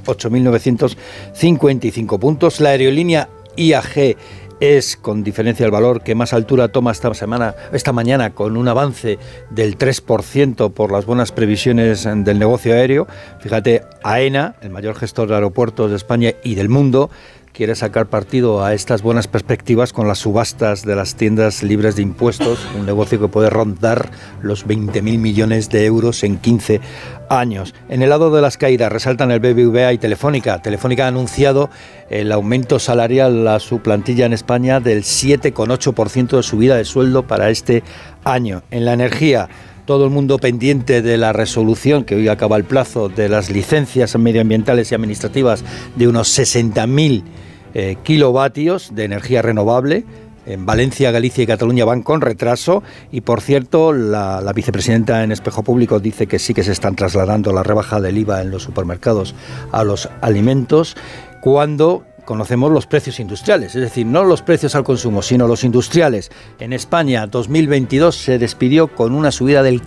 8.955 puntos. La aerolínea IAG es, con diferencia, el valor que más altura toma esta mañana, con un avance del 3% por las buenas previsiones del negocio aéreo. Fíjate, AENA, el mayor gestor de aeropuertos de España y del mundo, quiere sacar partido a estas buenas perspectivas con las subastas de las tiendas libres de impuestos, un negocio que puede rondar los 20.000 millones de euros en 15 años. En el lado de las caídas resaltan el BBVA y Telefónica. Telefónica ha anunciado el aumento salarial a su plantilla en España del 7,8% de subida de sueldo para este año. En la energía, todo el mundo pendiente de la resolución, que hoy acaba el plazo, de las licencias medioambientales y administrativas de unos 60.000 kilovatios de energía renovable. En Valencia, Galicia y Cataluña van con retraso y, por cierto, la vicepresidenta en Espejo Público dice que sí que se están trasladando la rebaja del IVA en los supermercados a los alimentos, cuando conocemos los precios industriales, es decir, no los precios al consumo, sino los industriales. En España, 2022 se despidió con una subida del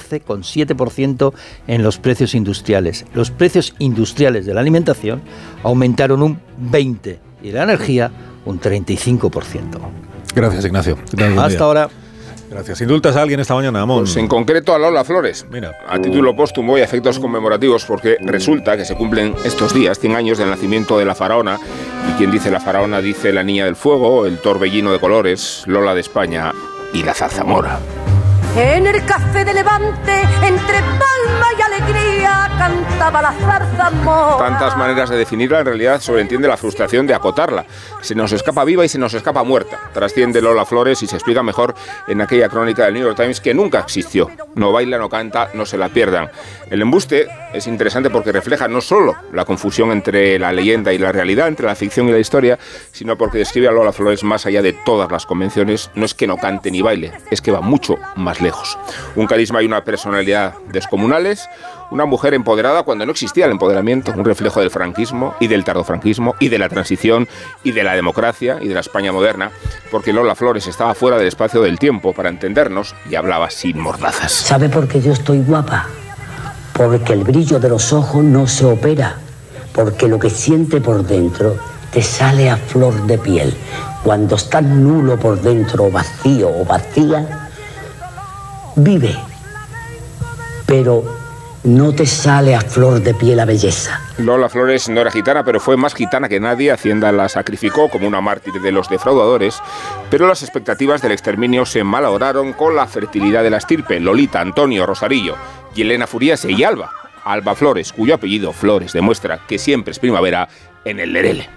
14,7% en los precios industriales. Los precios industriales de la alimentación aumentaron un 20% y de la energía un 35%. Gracias, Ignacio. Hasta ahora. Gracias. ¿Indultas a alguien esta mañana, Amón? Pues en concreto a Lola Flores. Mira. A título póstumo y a efectos conmemorativos, porque resulta que se cumplen estos días 100 años del nacimiento de la faraona. Y quien dice la faraona dice la niña del fuego, el torbellino de colores, Lola de España y la zarzamora. En el café de Levante, entre palma y alegría, cantaba la zarzamora. Tantas maneras de definirla, en realidad sobreentiende la frustración de acotarla. Se nos escapa viva y se nos escapa muerta. Trasciende Lola Flores y se explica mejor en aquella crónica del New York Times que nunca existió. No baila, no canta, no se la pierdan. El embuste es interesante porque refleja no solo la confusión entre la leyenda y la realidad, entre la ficción y la historia, sino porque describe a Lola Flores más allá de todas las convenciones. No es que no cante ni baile, es que va mucho más lejos. Un carisma y una personalidad descomunales, una mujer empoderada cuando no existía el empoderamiento, un reflejo del franquismo y del tardofranquismo y de la transición y de la democracia y de la España moderna, porque Lola Flores estaba fuera del espacio del tiempo para entendernos y hablaba sin mordazas. ¿Sabe por qué yo estoy guapa? porque el brillo de los ojos no se opera, porque lo que siente por dentro te sale a flor de piel. Cuando estás nulo por dentro, vacío o vacía, vive, pero no te sale a flor de piel la belleza. Lola Flores no era gitana, pero fue más gitana que nadie. Hacienda la sacrificó como una mártir de los defraudadores, pero las expectativas del exterminio se malograron con la fertilidad de la estirpe. Lolita, Antonio, Rosarillo y Elena Furiase y Alba Flores, cuyo apellido Flores demuestra que siempre es primavera en el Lerele.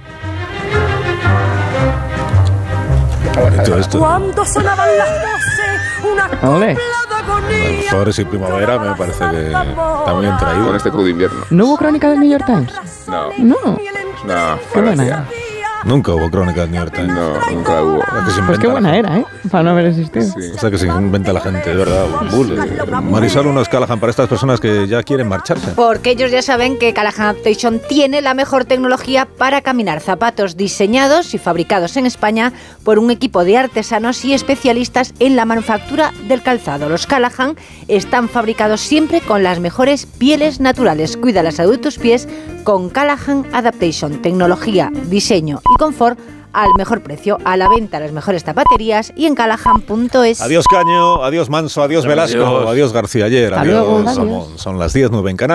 Cuando sonaban las 12, una copla de Flores y primavera me parece que está muy traído con este crudo invierno. ¿No hubo crónica del New York Times? No. Es una falacia. Nunca hubo crónica del New York Times. No, nunca hubo. Pues qué buena era, para no haber existido. Sí. O sea que se inventa la gente, de verdad. Marisol, unos Callahan para estas personas que ya quieren marcharse. Porque ellos ya saben que Callahan Adaptation tiene la mejor tecnología para caminar. Zapatos diseñados y fabricados en España por un equipo de artesanos y especialistas en la manufactura del calzado. Los Callahan están fabricados siempre con las mejores pieles naturales. Cuida la salud de tus pies con Callahan Adaptation. Tecnología, diseño y confort al mejor precio, a la venta las mejores zapaterías y en callahan.es. Adiós Caño, adiós Manso, adiós Velasco, adiós García Ayer, adiós Ramón. Son las 10:09 en Canarias.